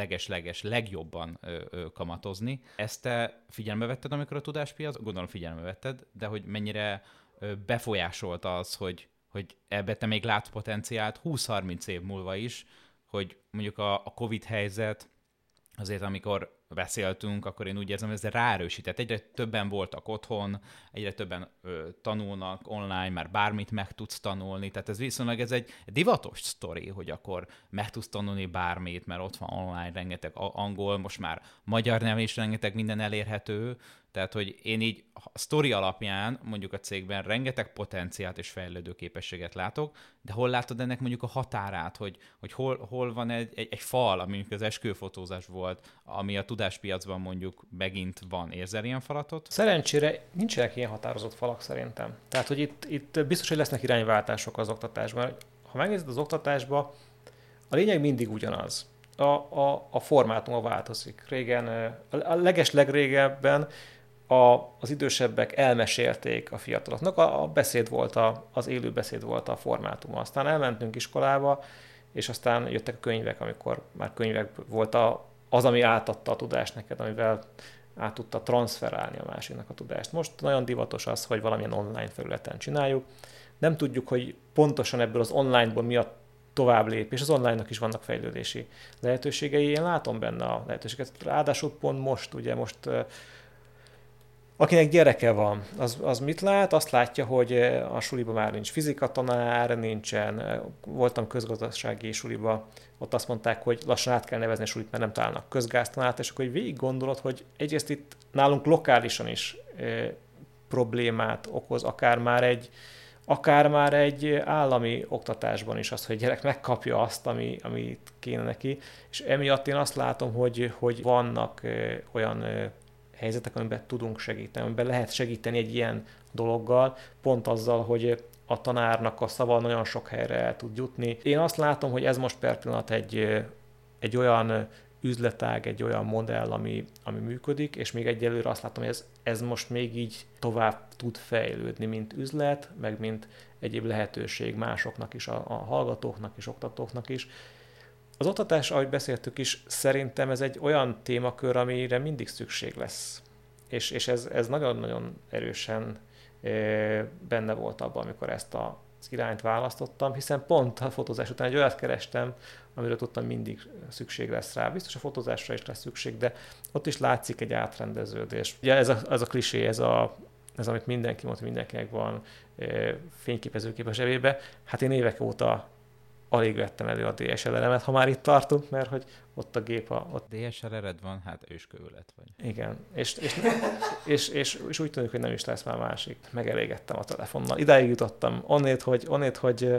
legjobban kamatozni. Ezt te figyelembe vetted, amikor a tudáspiac? Gondolom figyelembe vetted, de hogy mennyire befolyásolt az, hogy ebbe te még látsz potenciált 20-30 év múlva is, hogy mondjuk a Covid helyzet, azért amikor beszéltünk, akkor én úgy érzem, hogy ez ráerősített. Egyre többen voltak otthon, egyre többen tanulnak online, már bármit meg tudsz tanulni, tehát ez egy divatos sztori, hogy akkor meg tudsz tanulni bármit, mert ott van online rengeteg angol, most már magyar nyelven is rengeteg minden elérhető, tehát hogy én így a sztori alapján mondjuk a cégben rengeteg potenciált és fejlődő képességet látok, de hol látod ennek mondjuk a határát, hogy hol van egy fal, ami az esküvőfotózás volt, ami a tudáspiacban mondjuk megint van. Érzel ilyen falatot? Szerencsére nincsenek ilyen határozott falak szerintem. Tehát, hogy itt biztos, hogy lesznek irányváltások az oktatásban. Ha megnézed az oktatásba, a lényeg mindig ugyanaz. A formátuma változik. Régen, a legrégebben az idősebbek elmesélték a fiataloknak, a beszéd volt, az élő beszéd volt a formátuma. Aztán elmentünk iskolába, és aztán jöttek a könyvek, amikor már könyvek volt az, ami átadta a tudást neked, amivel át tudta transferálni a másiknak a tudást. Most nagyon divatos az, hogy valamilyen online felületen csináljuk. Nem tudjuk, hogy pontosan ebből az onlineból mi a tovább lépés. Az online-nak is vannak fejlődési lehetőségei. Én látom benne a lehetőséget. Ráadásul pont most akinek gyereke van, az mit lát? Azt látja, hogy a suliban már nincs fizikatanár, nincsen. Voltam közgazdasági suliba, ott azt mondták, hogy lassan át kell nevezni a sulit, mert nem találnak közgáztanárt, és akkor végig gondolod, hogy egyrészt itt nálunk lokálisan is problémát okoz, akár már egy állami oktatásban is az, hogy a gyerek megkapja azt, amit kéne neki, és emiatt én azt látom, hogy vannak olyan helyzetek, amiben tudunk segíteni, amiben lehet segíteni egy ilyen dologgal, pont azzal, hogy a tanárnak a szava nagyon sok helyre el tud jutni. Én azt látom, hogy ez most per pillanat egy olyan üzletág, egy olyan modell, ami működik, és még egyelőre azt látom, hogy ez most még így tovább tud fejlődni, mint üzlet, meg mint egyéb lehetőség másoknak is, a hallgatóknak és oktatóknak is. Az oktatás, ahogy beszéltük is, szerintem ez egy olyan témakör, amire mindig szükség lesz. És ez nagyon-nagyon erősen benne volt abban, amikor ezt az irányt választottam, hiszen pont a fotózás után egy olyat kerestem, amiről tudtam, mindig szükség lesz rá. Biztos a fotózásra is lesz szükség, de ott is látszik egy átrendeződés. Ugye ez a klisé, ez amit mindenki mond, mindenkinek van fényképezőgép a zsebébe. Hát én évek óta alig vettem elő a DSLR-emet, ha már itt tartunk, mert hogy ott a gép ott... DSLR-ed van? Hát őskövület vagy. Igen, és úgy tűnik, hogy nem is lesz már másik. Megelégettem a telefonnal. Idáig jutottam. Onnét, hogy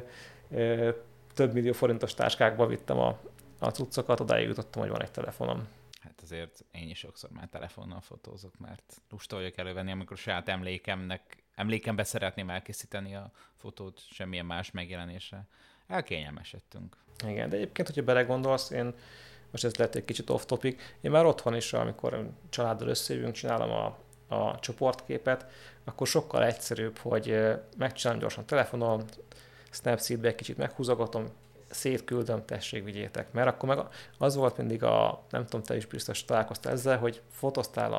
több millió forintos táskákba vittem a cuccokat, odáig jutottam, hogy van egy telefonom. Hát azért én is sokszor már telefonnal fotózok, mert lusta vagyok elővenni, amikor saját emlékembe szeretném elkészíteni a fotót semmilyen más megjelenésre. Elkényelmesedtünk. Igen, de egyébként, hogyha belegondolsz, én most ez lehet egy kicsit off-topic, én már otthon is, amikor családdal összejövünk, csinálom a csoportképet, akkor sokkal egyszerűbb, hogy megcsinálom gyorsan telefonon, Snapseedbe egy kicsit meghúzogatom, szétküldöm, tessék, vigyétek. Mert akkor meg az volt mindig nem tudom, te is biztos találkoztál ezzel, hogy fotóztál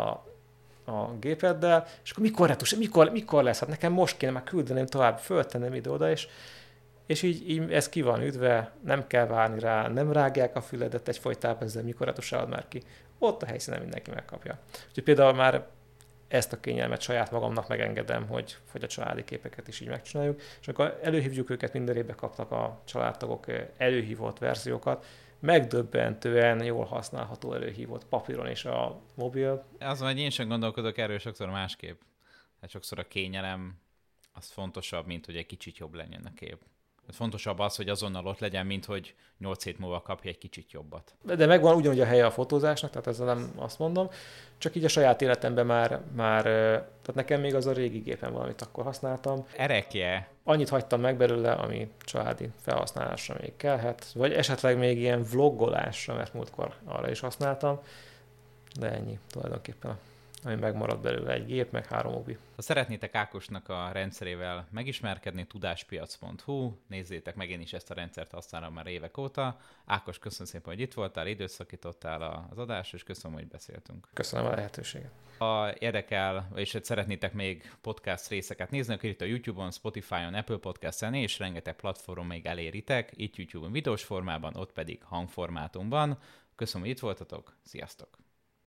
a gépeddel, és akkor mikor lesz? Hát nekem most kéne már küldeném tovább, föltennem ide-oda, és így ez ki van üdve, nem kell várni rá, nem rágják a füledet egyfolytában ezzel, mikor retusálod már ki. Ott a helyszínen mindenki megkapja. Úgyhogy például már ezt a kényelmet saját magamnak megengedem, hogy a családi képeket is így megcsináljuk, és akkor előhívjuk őket, minden évben kapnak a családtagok előhívott verziókat, megdöbbentően jól használható előhívott papíron és a mobil. Az van, hogy én sem gondolkodok erről sokszor másképp. Hát sokszor a kényelem az fontosabb, mint hogy egy kicsit jobb legyen a kép. Fontosabb az, hogy azonnal ott legyen, mint hogy 8 hét múlva kapja egy kicsit jobbat. De megvan ugyanúgy a helye a fotózásnak, tehát ezzel nem azt mondom, csak így a saját életemben már tehát nekem még az a régi gépen valamit akkor használtam. Erekje. Annyit hagytam meg belőle, ami családi felhasználásra még kellhet, vagy esetleg még ilyen vloggolásra, mert múltkor arra is használtam, de ennyi tulajdonképpen, ami megmaradt belőle, egy gép, meg 3 mobi. Ha szeretnétek Ákosnak a rendszerével megismerkedni, tudáspiac.hu, nézzétek meg, én is ezt a rendszert használom már évek óta. Ákos, köszönöm szépen, hogy itt voltál, időszakítottál az adásra, és köszönöm, hogy beszéltünk. Köszönöm a lehetőséget. Ha érdekel, és szeretnétek még podcast részeket nézni, akkor itt a YouTube-on, Spotify-on, Apple Podcast-en, és rengeteg platformon még eléritek, itt YouTube-on videós formában, ott pedig hangformátumban. Köszönöm, hogy itt voltatok, sziasztok!